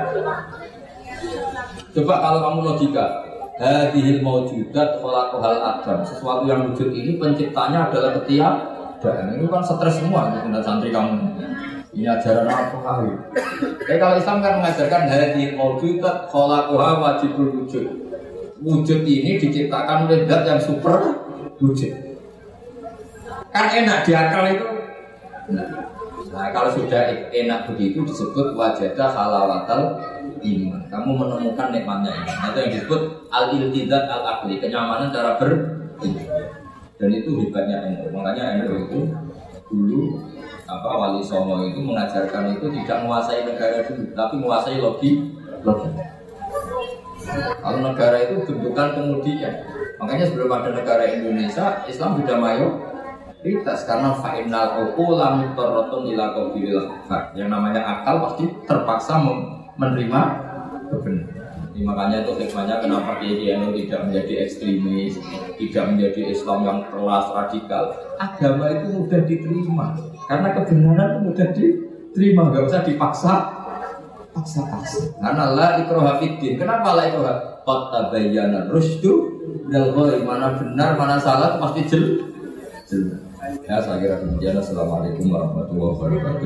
Coba kalau kamu logika, hadhil maujudat khalaqahal adam, sesuatu yang wujud ini penciptanya adalah ketiadaan. Itu kan stres semua untuk santri kamu. Ini ajaran apa kali? Tapi kalau Islam kan mengajarkan hadhil maujudat khalaqaha wajibul wujud. wujud ini diciptakan oleh zat yang super wujud. Kan enak di akal itu. Nah, kalau sudah enak begitu disebut wajadah halawatal iman. Kamu menemukan nikmatnya iman. Itu yang disebut al-iltidzat al-aqli, kenyamanan cara ber. Dan itu hebatnya N U. Makanya N U itu dulu apa Wali Songo itu mengajarkan itu tidak menguasai negara dulu, tapi menguasai logi logi. Kalau negara itu bentukan kemudian. Makanya sebelum ada negara Indonesia, Islam sudah mayoritas karena fa'inal uqula mutarratun ila qawlil haq. Yang namanya akal pasti terpaksa menerima kebenaran. Jadi makanya itu hikmahnya kenapa Kiai N U tidak menjadi ekstremis, tidak menjadi Islam yang keras radikal. Agama itu mudah diterima karena kebenaran itu mudah diterima, nggak usah dipaksa. Paksa-paksa. Karena la ikraha fiddin. Kenapa la ikraha? Qad tabayyana rusydu minal ghayy. Mana benar, mana salah pasti jelas. Ya, saya kira demikian. Assalamualaikum warahmatullahi wabarakatuh.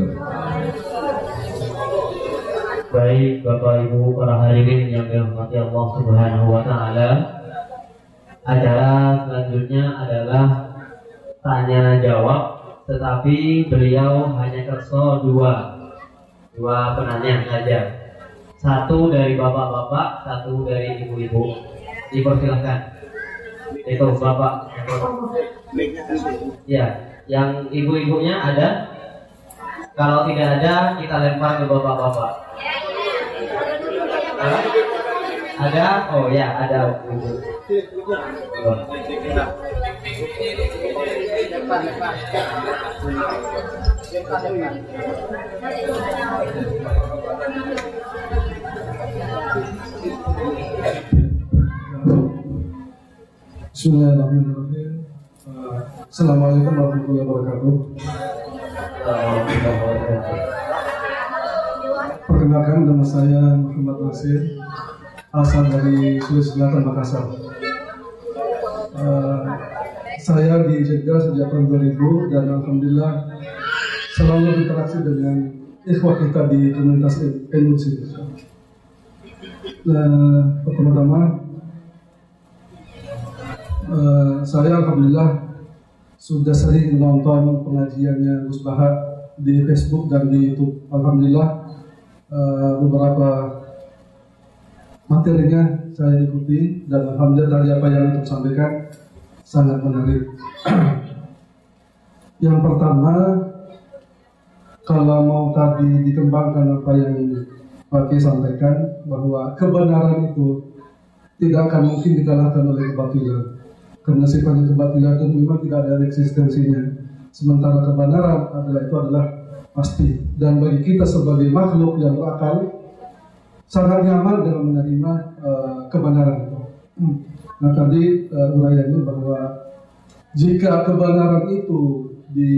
Baik Bapak Ibu para hadirin yang dirahmati Allah Subhanahu wa taala. Acara selanjutnya adalah tanya jawab, tetapi beliau hanya kerso dua. Dua penanya saja. Satu dari bapak-bapak, satu dari ibu-ibu. Dipersilakan. Itu bapak. Ya, yang ibu-ibunya ada. Kalau tidak ada, kita lempar ke bapak-bapak. Ada? Ada? Oh ya, ada. Oh. Bismillahirrahmanirrahim. Assalamualaikum warahmatullahi wabarakatuh. Perkenalkan, nama saya Muhammad Nasir, asal dari Sulawesi Selatan, Makassar. Uh, saya di Jeddah sejak tahun dua ribu dan alhamdulillah selalu berinteraksi dengan ikhwah kita di komunitas N U sini. Nah, pertama-tama uh, saya alhamdulillah sudah sering menonton pengajiannya Gus Bahar di Facebook dan di YouTube. Alhamdulillah uh, beberapa materinya saya ikuti dan alhamdulillah dari apa yang untuk sampaikan sangat menarik. Yang pertama, kalau mau tadi dikembangkan apa yang Pak Kiai sampaikan, bahwa kebenaran itu tidak akan mungkin dikalahkan oleh kebatilan, karena sifatnya kebatilan itu memang tidak ada eksistensinya. Sementara kebenaran adalah itu adalah pasti, dan bagi kita sebagai makhluk yang berakal sangat nyaman dengan menerima uh, kebenaran itu. Hmm. Nah tadi uh, uraiannya bahwa jika kebenaran itu di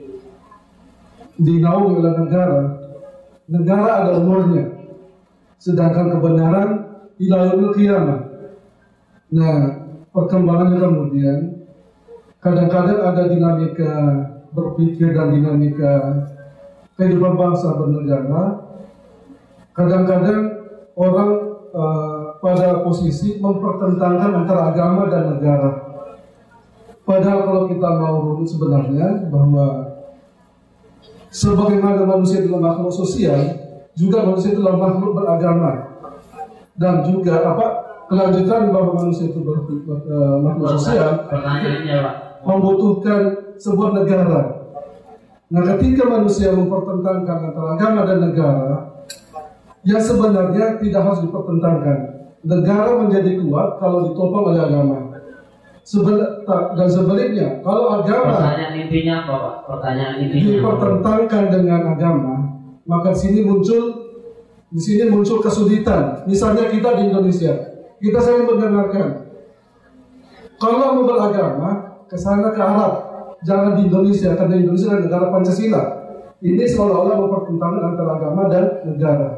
dinaungi oleh negara, negara ada umurnya, sedangkan kebenaran ila yaumil qiyamah. Nah perkembangannya kemudian kadang-kadang ada dinamika berpikir dan dinamika kehidupan bangsa bernegara. Kadang-kadang orang uh, pada posisi mempertentangkan antara agama dan negara. Padahal kalau kita mau runut sebenarnya bahwa sebagaimana manusia adalah makhluk sosial, juga manusia adalah makhluk beragama. Dan juga apa kelanjutan bahwa manusia itu ber, ber, uh, makhluk sosial membutuhkan sebuah negara. Nah, ketika manusia mempertentangkan antara agama dan negara, yang sebenarnya tidak harus dipertentangkan. Negara menjadi kuat kalau ditopang oleh agama. Sebel, dan sebaliknya, kalau agama pertanyaan intinya apa, Pak? Pertanyaan intinya dipertentangkan dengan agama, maka di sini muncul di sini muncul kesulitan. Misalnya kita di Indonesia, kita sering mendengarkan kalau mau beragama ke sana ke Arab, jangan di Indonesia karena Indonesia adalah negara Pancasila. Ini seolah-olah mempertentangkan antara agama dan negara.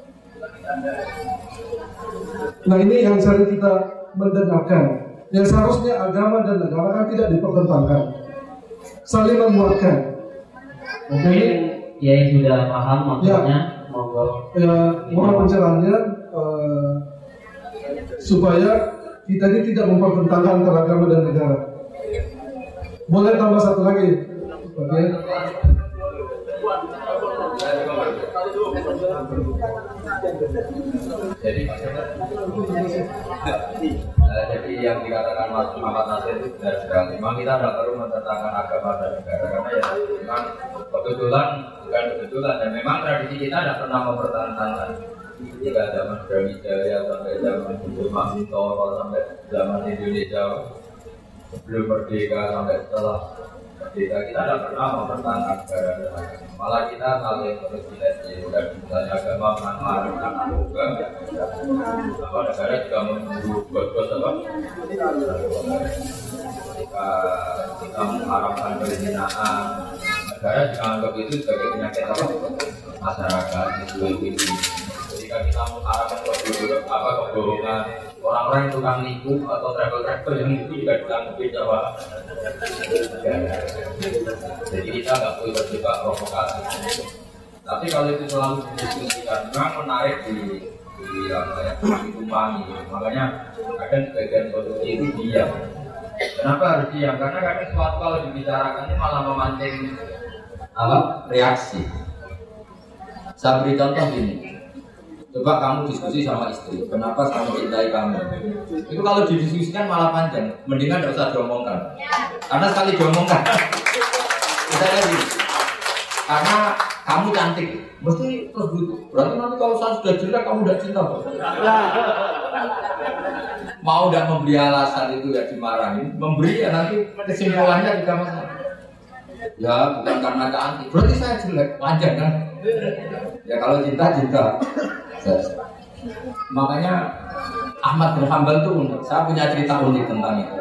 Nah ini yang sering kita mendengarkan. Yang seharusnya agama dan negara kan tidak dipertentangkan, saling menguatkan. Oke? Okay? Ya sudah paham maksudnya. Ya. Monggo. Ya, mohon pencerahannya uh, supaya kita ini tidak mempertentangkan antara agama dan negara. Boleh tambah satu lagi, Pak ya? Jadi, uh, jadi yang dikatakan Mas Muhammad Nasir itu benar sekali. Memang kita tidak perlu menentangkan agama dan negara karena ya memang kebetulan bukan kebetulan dan memang tradisi kita tidak pernah mempertahankan. Jika zaman Brawijaya sampai zaman Jumlah Mintor sampai zaman Indonesia sebelum merdeka sampai setelah merdeka kita tidak pernah mempertahankan negara dan agama. Malah kita saling bersinergi dan misalnya agama melarang anak juga, apa negara juga menunggu bos-bos apa? Jika kita mengharapkan perzinaan, negara juga anggap itu sebagai penyakit apa? Masyarakat itu itu. Jika kita mengharapkan apa kebohongan, orang-orang yang tukang nipu atau travel-travel yang itu juga ditanggapi Jawa. Jadi kita nggak boleh berdebat provokasi. Tapi kalau itu selalu didiskusikan, memang menarik di di apa ya, ditumpangi. Makanya kadang sebagian solusi itu diam. Kenapa harus diam? Karena kadang sesuatu kalau dibicarakan ini malah memancing apa? Reaksi. Saya beri contoh gini. Coba kamu diskusi sama istri, kenapa saya mencintai kamu? Itu kalau didiskusikan malah panjang, mendingan tidak usah diomongkan. Karena sekali diomongkan, misalnya gini, karena kamu cantik, mesti terus butuh. Berarti nanti kalau saya sudah jelek, kamu udah cinta. Mau tidak memberi alasan itu ya dimarahin, memberi ya nanti kesimpulannya juga masalah. Ya bukan karena cantik, berarti saya jelek, panjang kan? Ya kalau cinta cinta. Makanya Ahmad bin Hanbal itu unik. Saya punya cerita unik tentang itu.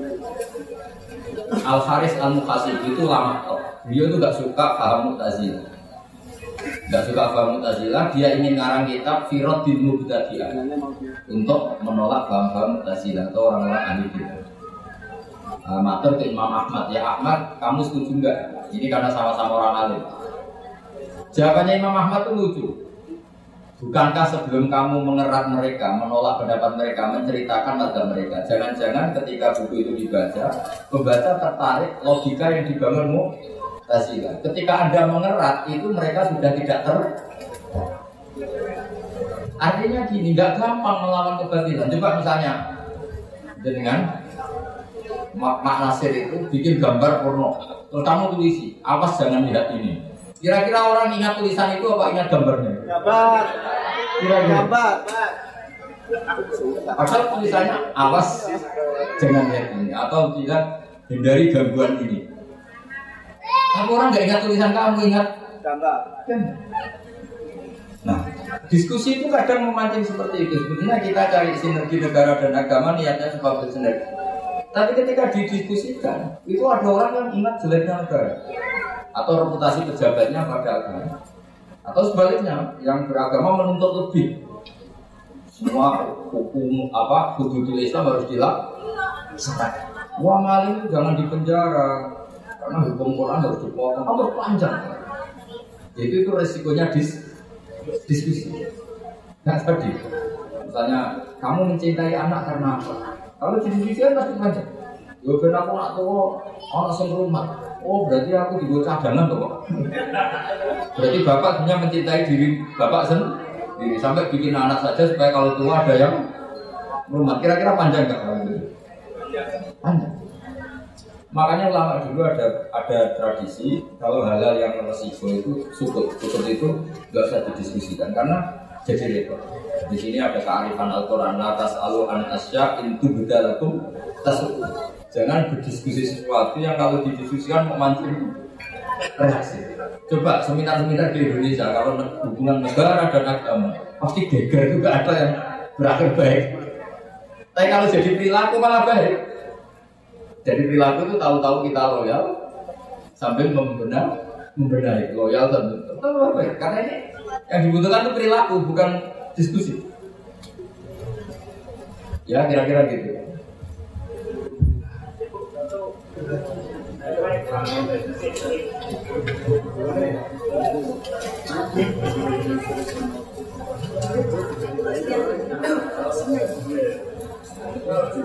Al-Haris Al-Mukhasib itu lama top. Beliau itu gak suka paham Mu'tazilah. Gak suka paham Mu'tazilah. Dia ingin ngarang kitab Firad bin Mubtadi'ah untuk menolak paham-paham Mu'tazilah atau orang-orang ahli bidah. Nah, matur ke Imam Ahmad, ya Ahmad, kamu setuju enggak? Ini karena sama-sama orang alim. Jawabannya Imam Ahmad itu lucu. Bukankah sebelum kamu mengerat mereka, menolak pendapat mereka, menceritakan mazhab mereka, jangan-jangan ketika buku itu dibaca, pembaca tertarik logika yang dibangun Mu'tazilah. Ketika Anda mengerat, itu mereka sudah tidak ter. Artinya gini, nggak gampang melawan kebatilan. Coba misalnya dengan Mak Nasir itu bikin gambar porno, terus kamu tulisi, awas jangan lihat ini. Kira-kira orang ingat tulisan itu apa ingat gambarnya? Gambar. Kira-kira. Gambar. Asal tulisannya awas jangan lihat ini atau tidak hindari gangguan ini. Kamu orang nggak ingat tulisan kamu ingat Gambar. Nah, diskusi itu kadang memancing seperti itu. Sebetulnya kita cari sinergi negara dan agama niatnya supaya bersinergi. Tapi ketika didiskusikan, itu ada orang yang ingat jeleknya negara atau reputasi pejabatnya pada agama, atau sebaliknya yang beragama menuntut lebih. Semua hukum apa hududul Islam harus dilaksanakan. Wah maling itu jangan dipenjara karena hukum Quran harus dipotong atau panjang. Jadi itu resikonya dis diskusi. Nah tadi, misalnya kamu mencintai anak karena apa? Kalau didiskusikan pasti panjang. Yo ben aku nak tuwa ana sing rumah. Oh berarti aku digo cadangan toh. Berarti bapak sebenarnya mencintai diri bapak sendiri sampai bikin anak saja supaya kalau tua ada yang rumah. Kira-kira panjang enggak kalau itu? Panjang. Makanya lama dulu ada ada tradisi kalau hal-hal yang resiko itu sukut, sukut itu enggak usah didiskusikan karena jadi repot. Di sini ada kearifan Al-Quran atas alu an asya intu bedalakum tasuk. Jangan berdiskusi sesuatu yang kalau didiskusikan memancing reaksi. Coba seminar-seminar di Indonesia kalau hubungan negara dan agama pasti geger juga ada yang berakhir baik. Tapi kalau jadi perilaku malah baik. Jadi perilaku itu tahu-tahu kita loyal sambil membenar, membenahi loyal dan tetap baik. Karena ini yang dibutuhkan itu perilaku bukan diskusi. Ya kira-kira gitu. Thank you.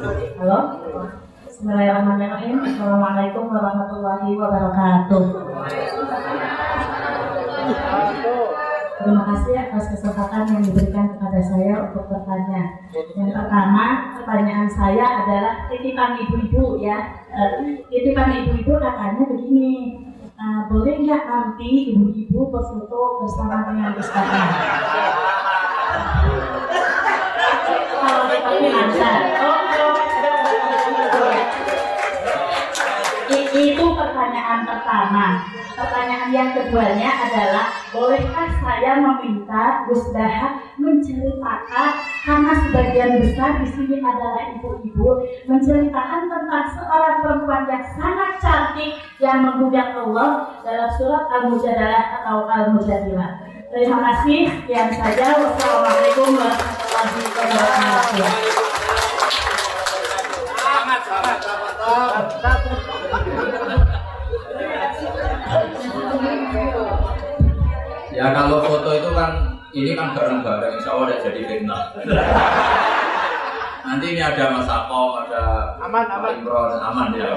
Assalamualaikum warahmatullahi wabarakatuh. Terima kasih atas kesempatan yang diberikan kepada saya untuk bertanya. Yang pertama, pertanyaan saya adalah titipan ibu-ibu ya. Uh, titipan ibu-ibu katanya begini, uh, boleh nggak nanti ibu-ibu berfoto bersama dengan Gus Baha? Kalau seperti ada, oh, itu pertanyaan pertama. Pertanyaan yang keduanya adalah, bolehkah saya meminta Gus Daha menceritakan, karena sebagian besar di sini adalah ibu-ibu, menceritakan tentang seorang perempuan yang sangat cantik yang mengundang Allah dalam surat Al-Mujadalah atau Al-Mujadilah. Terima kasih. Sekian saja. Wassalamualaikum warahmatullahi wabarakatuh. Ya kalau foto itu kan, ini kan bareng-bareng, insya Allah udah jadi fitnah. Nanti ini ada Mas Ako, ada aman, aman. Imron, aman ya.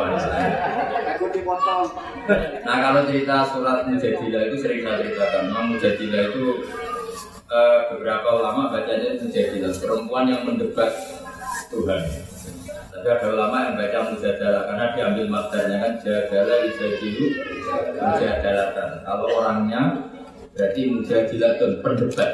Nah kalau cerita surat Mujadilah itu sering saya ceritakan. Memang Mujadilah itu eh, beberapa ulama bacanya Mujadilah, perempuan yang mendebat Tuhan. Tapi ada ulama yang baca Mujadalah karena diambil maknanya kan jadalah yujadilu mujadalatan. Kalau orangnya berarti mujadilatun, pendebat.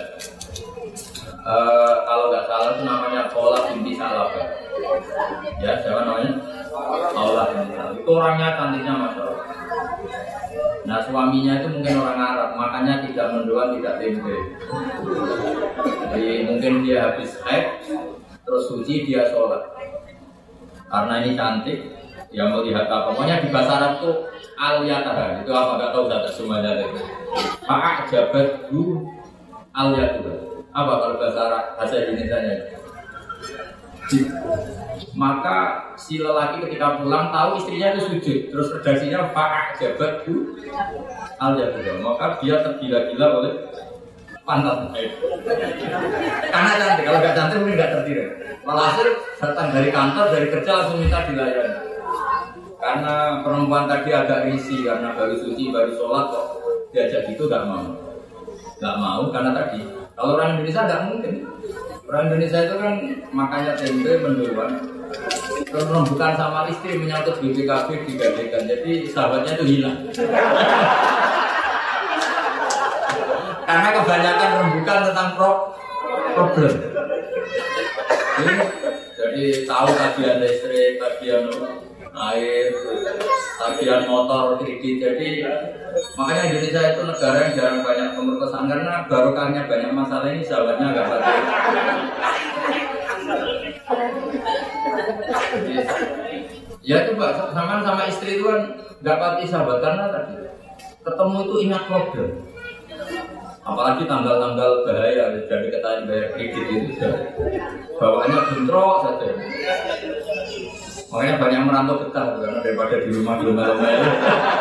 Uh, kalau nggak salah itu namanya Khawlah binti Sa'labah. Ya, siapa namanya? Khawlah binti Sa'labah. Itu orangnya cantiknya Masya Allah. Nah suaminya itu mungkin orang Arab, makanya tidak mendoan, tidak tempe. Jadi mungkin dia habis haid, terus suci dia sholat. Karena ini cantik, yang mau lihat apa? Pokoknya di bahasa Arab itu al-yataha, itu apa? Gak tahu saya semuanya itu. Pak jabat bu al-yataha. Apa kalau bahasa Arab, bahasa Indonesia-nya? Maka si lelaki ketika pulang tahu istrinya itu sujud, terus redaksinya Pak jabat bu al-yataha. Maka dia tergila-gila oleh pantat. Karena cantik, kalau gak cantik mungkin gak tertiru. Walhasil datang dari kantor, dari kerja langsung minta dilayani. Karena perempuan tadi agak risih, karena baru suci, baru sholat kok diajak gitu gak mau. Gak mau karena tadi, kalau orang Indonesia gak mungkin. Orang Indonesia itu kan makanya tempe mendoan. Terus rembukan sama istri menyangkut B P K B digadekan, jadi sahabatnya itu hilang. Karena kebanyakan rembukan tentang pro problem. Ini, jadi tahu tagihan listrik, tagihan air, tagihan motor, kredit. Jadi makanya Indonesia itu negara yang jarang banyak pemerkosaan karena barokahnya banyak masalah ini sahabatnya agak banyak. Ya itu Pak, sama sama istri itu kan nggak pati sahabat karena tadi ketemu itu ingat problem. Apalagi tanggal-tanggal bahaya, jadi ketahuan bayar kredit itu bawaannya bentrok saja. Makanya banyak merantau betah karena daripada di rumah di rumah-rumah itu.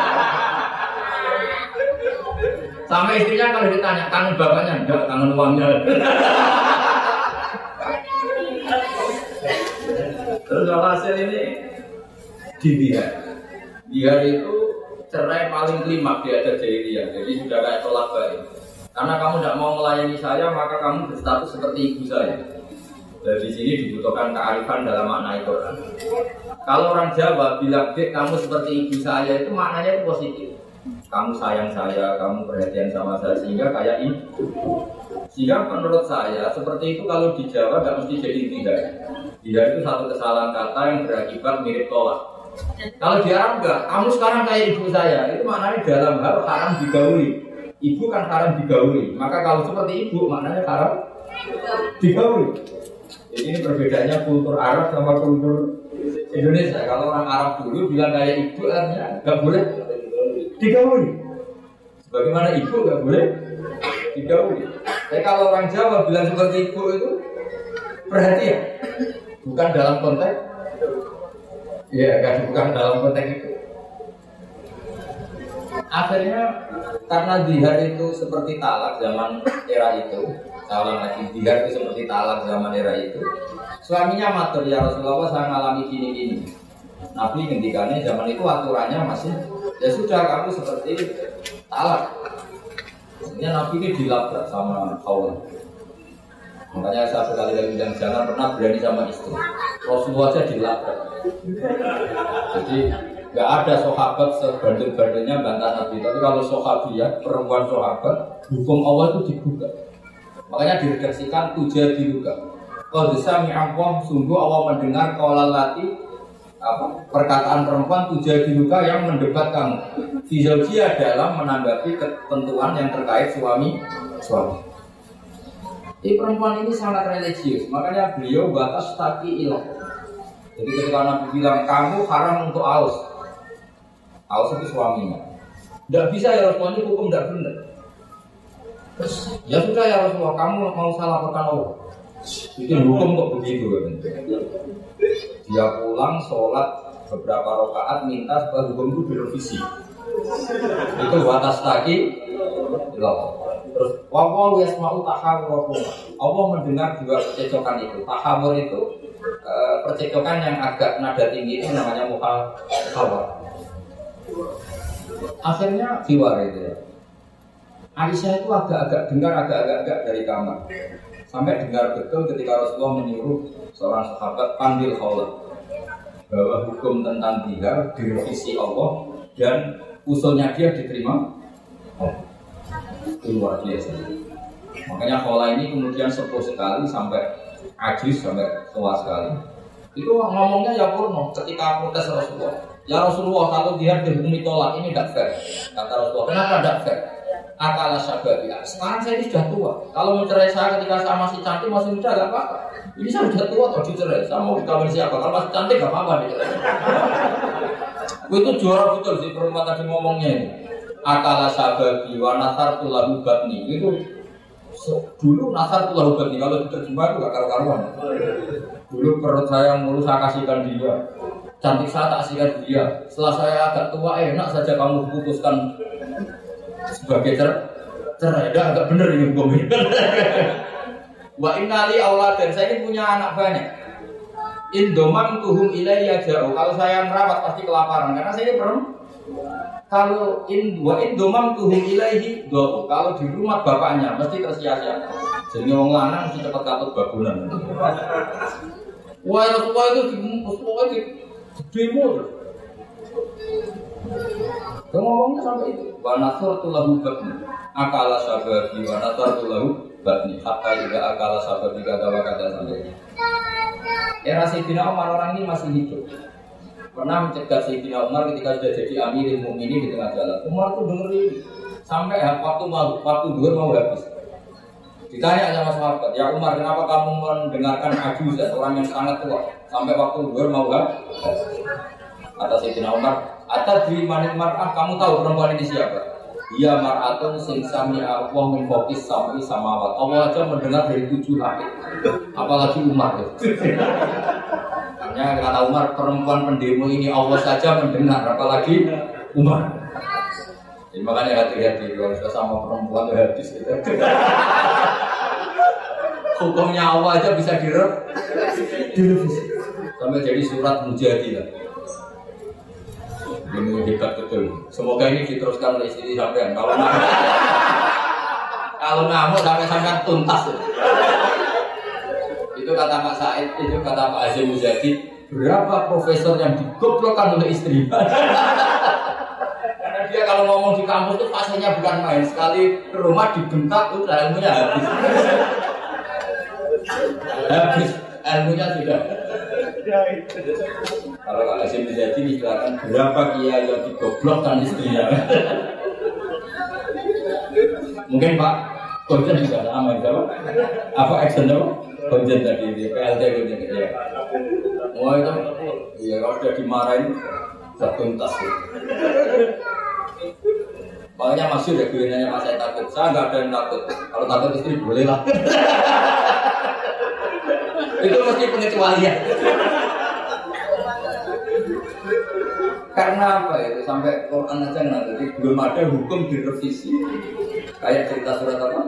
Sama istrinya kalau ditanya kangen bapaknya, enggak, kangen uangnya. Terus hasil ini di dia, dia itu cerai paling kelima di adat jahiliyah, jadi sudah kayak tolak baik. Karena kamu tidak mau melayani saya, maka kamu berstatus seperti ibu saya. Dan di sini dibutuhkan kearifan dalam makna Al-Quran. Kalau orang Jawa bilang, Dek, kamu seperti ibu saya, itu maknanya itu positif. Kamu sayang saya, kamu perhatian sama saya, sehingga kayak ibu. Sehingga menurut saya, seperti itu kalau di Jawa nggak mesti jadi tidak. Tidak itu satu kesalahan kata yang berakibat mirip tolak. Kalau di Arab enggak, kamu sekarang kayak ibu saya, itu maknanya dalam hal haram digauli. Ibu kan haram digauli, maka kalau seperti ibu maknanya haram digauli. Jadi ini perbedaannya kultur Arab sama kultur Indonesia. Kalau orang Arab dulu bilang kayak ibu artinya nggak boleh digauli. Sebagaimana ibu nggak boleh digauli. Tapi kalau orang Jawa bilang seperti ibu itu perhatian, bukan dalam konteks, ya kan, bukan dalam konteks itu. Akhirnya karena dihar itu seperti talak zaman era itu, salah lagi dihar itu seperti talak zaman era itu. Suaminya matur, ya Rasulullah saya ngalami gini-gini. Nabi ngendikannya zaman itu aturannya masih ya sudah kamu seperti talak. Sebenarnya Nabi ini dilabrak sama kaum. Makanya saya sekali lagi bilang jangan pernah berani sama istri. Rasulullah saja dilabrak. Jadi nggak ada sahabat sebandel-bandelnya bantah Nabi. Tapi kalau sahabiah, perempuan sahabat, hukum Allah itu dibuka. Makanya diredaksikan tujuh dibuka. Kalau bisa mi'awwah sungguh Allah mendengar qaulal lati apa perkataan perempuan tujuh dibuka yang mendebat kamu. Fizaujiyah dalam menanggapi ketentuan yang terkait suami suami. Ini perempuan ini sangat religius, makanya beliau batas taki ilah. Jadi ketika Nabi bilang kamu haram untuk aus, aus itu suaminya. Tidak bisa ya Rasulullah, ini hukum tidak benar. Ya sudah ya Rasulullah, kamu mau salah laporkan Allah. Itu hukum kok begitu kan? Dia pulang sholat beberapa rakaat minta supaya hukum itu direvisi. Itu batas taki ilah. Terus wawal yasma'u tahawurakum. Allah mendengar juga percecokan itu. Tahawur itu e, percecokan yang agak nada tinggi itu namanya muhawar. Akhirnya diwar itu ya. Aisyah itu agak-agak dengar agak-agak dari kamar. Sampai dengar betul ketika Rasulullah menyuruh seorang sahabat panggil khawlah bahwa hukum tentang bihar direvisi Allah dan usulnya dia diterima Allah. Itu luar biasa. Makanya khola ini kemudian sepuh sekali sampai ajis sampai tua sekali. Itu ngomongnya ya purno ketika protes Rasulullah. Ya Rasulullah kalau dia dihukumi tolak ini tidak fair. Kata Rasulullah, kenapa tidak fair? Akala syababiyah. Sekarang saya ini sudah tua. Kalau mencerai saya ketika saya masih cantik masih muda tidak apa-apa. Ini saya sudah tua atau dicerai. Saya mau dikawin siapa? Kalau masih cantik tidak apa-apa dicerai. Itu juara betul sih perempuan tadi ngomongnya ini. Akala sababi wa nasar tulahu batni itu so, dulu nasar tulahu batni kalau diterjemah itu gak karu-karuan. Dulu perut saya mulu saya kasihkan dia, cantik saya tak kasihkan dia. Setelah saya agak tua enak saja kamu putuskan sebagai cer cerai. Dah agak bener ini hukum ini. Wa innali auladan, saya ini punya anak banyak. Indomam tuhum ilayya jauh. Kalau saya merawat pasti kelaparan karena saya ini perempuan. Kalau in wa indomam tuhum ilaihi do, kalau di rumah bapaknya mesti tersia-sia. Jadi wong lanang mesti cepat katut babunan. Wah, Rasulullah itu dibungkus di demo. Ngomongnya sampai itu. Wa nasartu lahu batni. Akala sababi wa nasartu lahu batni. Hatta juga akala sababi kata kata sampai. Era Sayyidina Umar orang ini masih hidup. Pernah mencegah Sayyidina Umar ketika sudah jadi Amirul Mukminin di tengah jalan. Umar tuh dengerin sampai waktu mau waktu duhur mau habis. Ditanya sama sahabat, ya Umar, kenapa kamu mendengarkan ajuzah orang yang sangat tua sampai waktu duhur mau habis? Kata Sayyidina Umar, atadri manil mar'ah, kamu tahu perempuan ini siapa? Dia mar'atun sing sami Allah min fawqis sam'i samawat. Allah aja mendengar dari tujuh langit. Apalagi Umar. Ya, kata Umar, perempuan pendemo ini Allah saja mendengar, apalagi Umar. Jadi makanya hati-hati kalau sudah sama perempuan habis gitu. Hukumnya Allah aja bisa direvisi sampai jadi surat Mujadilah. Ini hebat betul. Semoga ini diteruskan oleh istri sampean. Kalau nggak, kalau ngamuk sampai sampai tuntas. Itu kata Pak Said, itu kata Pak Azim Muzadi, berapa profesor yang digoblokkan oleh istri. Karena dia kalau ngomong di kampus itu fasenya bukan main. Sekali ke rumah dibentak, itu ilmunya habis. Habis, ilmunya sudah. Kalau Pak Azim Muzadi misalkan berapa kiai yang digoblokkan istrinya. Mungkin Pak Kojen juga sama itu apa action apa? Kojen tadi di P L T Kojen ya. Oh itu, ya kalau sudah dimarahin sudah tuntas. Makanya masih ada gue nanya mas saya takut, saya nggak ada yang takut. Kalau takut istri boleh lah. Itu mesti pengecualian. Karena apa itu sampai Quran aja nggak, jadi belum ada hukum direvisi. Kayak cerita surat apa?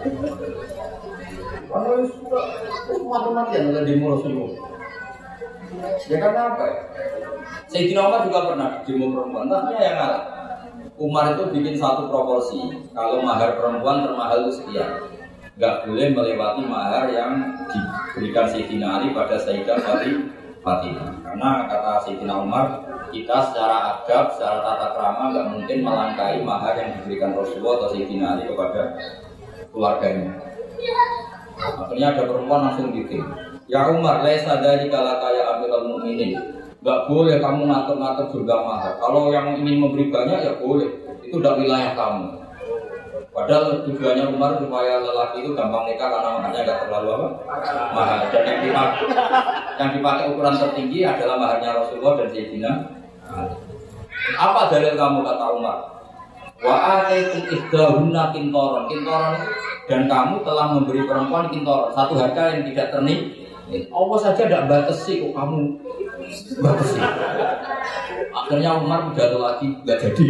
Kalau surat mati-matian ada demo semua. Ya karena apa ya? Sayyidina Umar juga pernah demo perempuan, tapi yang ngalah. Umar itu bikin satu proporsi. Kalau mahar perempuan termahal itu sekian. Nggak boleh melewati mahar yang diberikan Sayyidina Ali pada Sayyidah Fatimah. Karena kata Sayyidina Umar, kita secara adab, secara tata krama nggak mungkin melangkahi mahar yang diberikan Rasulullah atau Sayyidina Ali kepada keluarganya. Akhirnya ada perempuan langsung bikin, ya Umar, laisa dzalika laka ya Amirul Mukminin. Nggak boleh kamu ngatur-ngatur jumlah mahar. Kalau yang ingin memberi banyak ya boleh, itu udah wilayah kamu. Padahal tujuannya Umar supaya lelaki itu gampang nikah karena maharnya nggak terlalu apa? Mahal. Dan yang dipakai, yang dipakai ukuran tertinggi adalah maharnya Rasulullah dan Sayyidina Ali. Apa dalil kamu kata Umar? Wa ataitum ihdahunna kintoron. Kintoron itu dan kamu telah memberi perempuan kintoron, satu harga yang tidak ternik. Allah saja tidak batasi kok kamu batasi. Akhirnya Umar pidato lagi nggak jadi.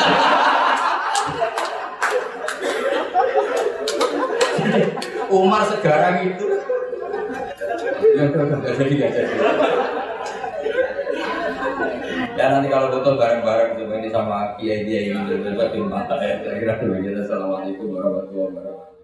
Umar sekarang itu ya nggak jadi nggak jadi. Ya nanti kalau foto bareng-bareng coba ini sama kiai dia ini coba di mata ya. Saya kira dulu. Assalamualaikum warahmatullahi wabarakatuh.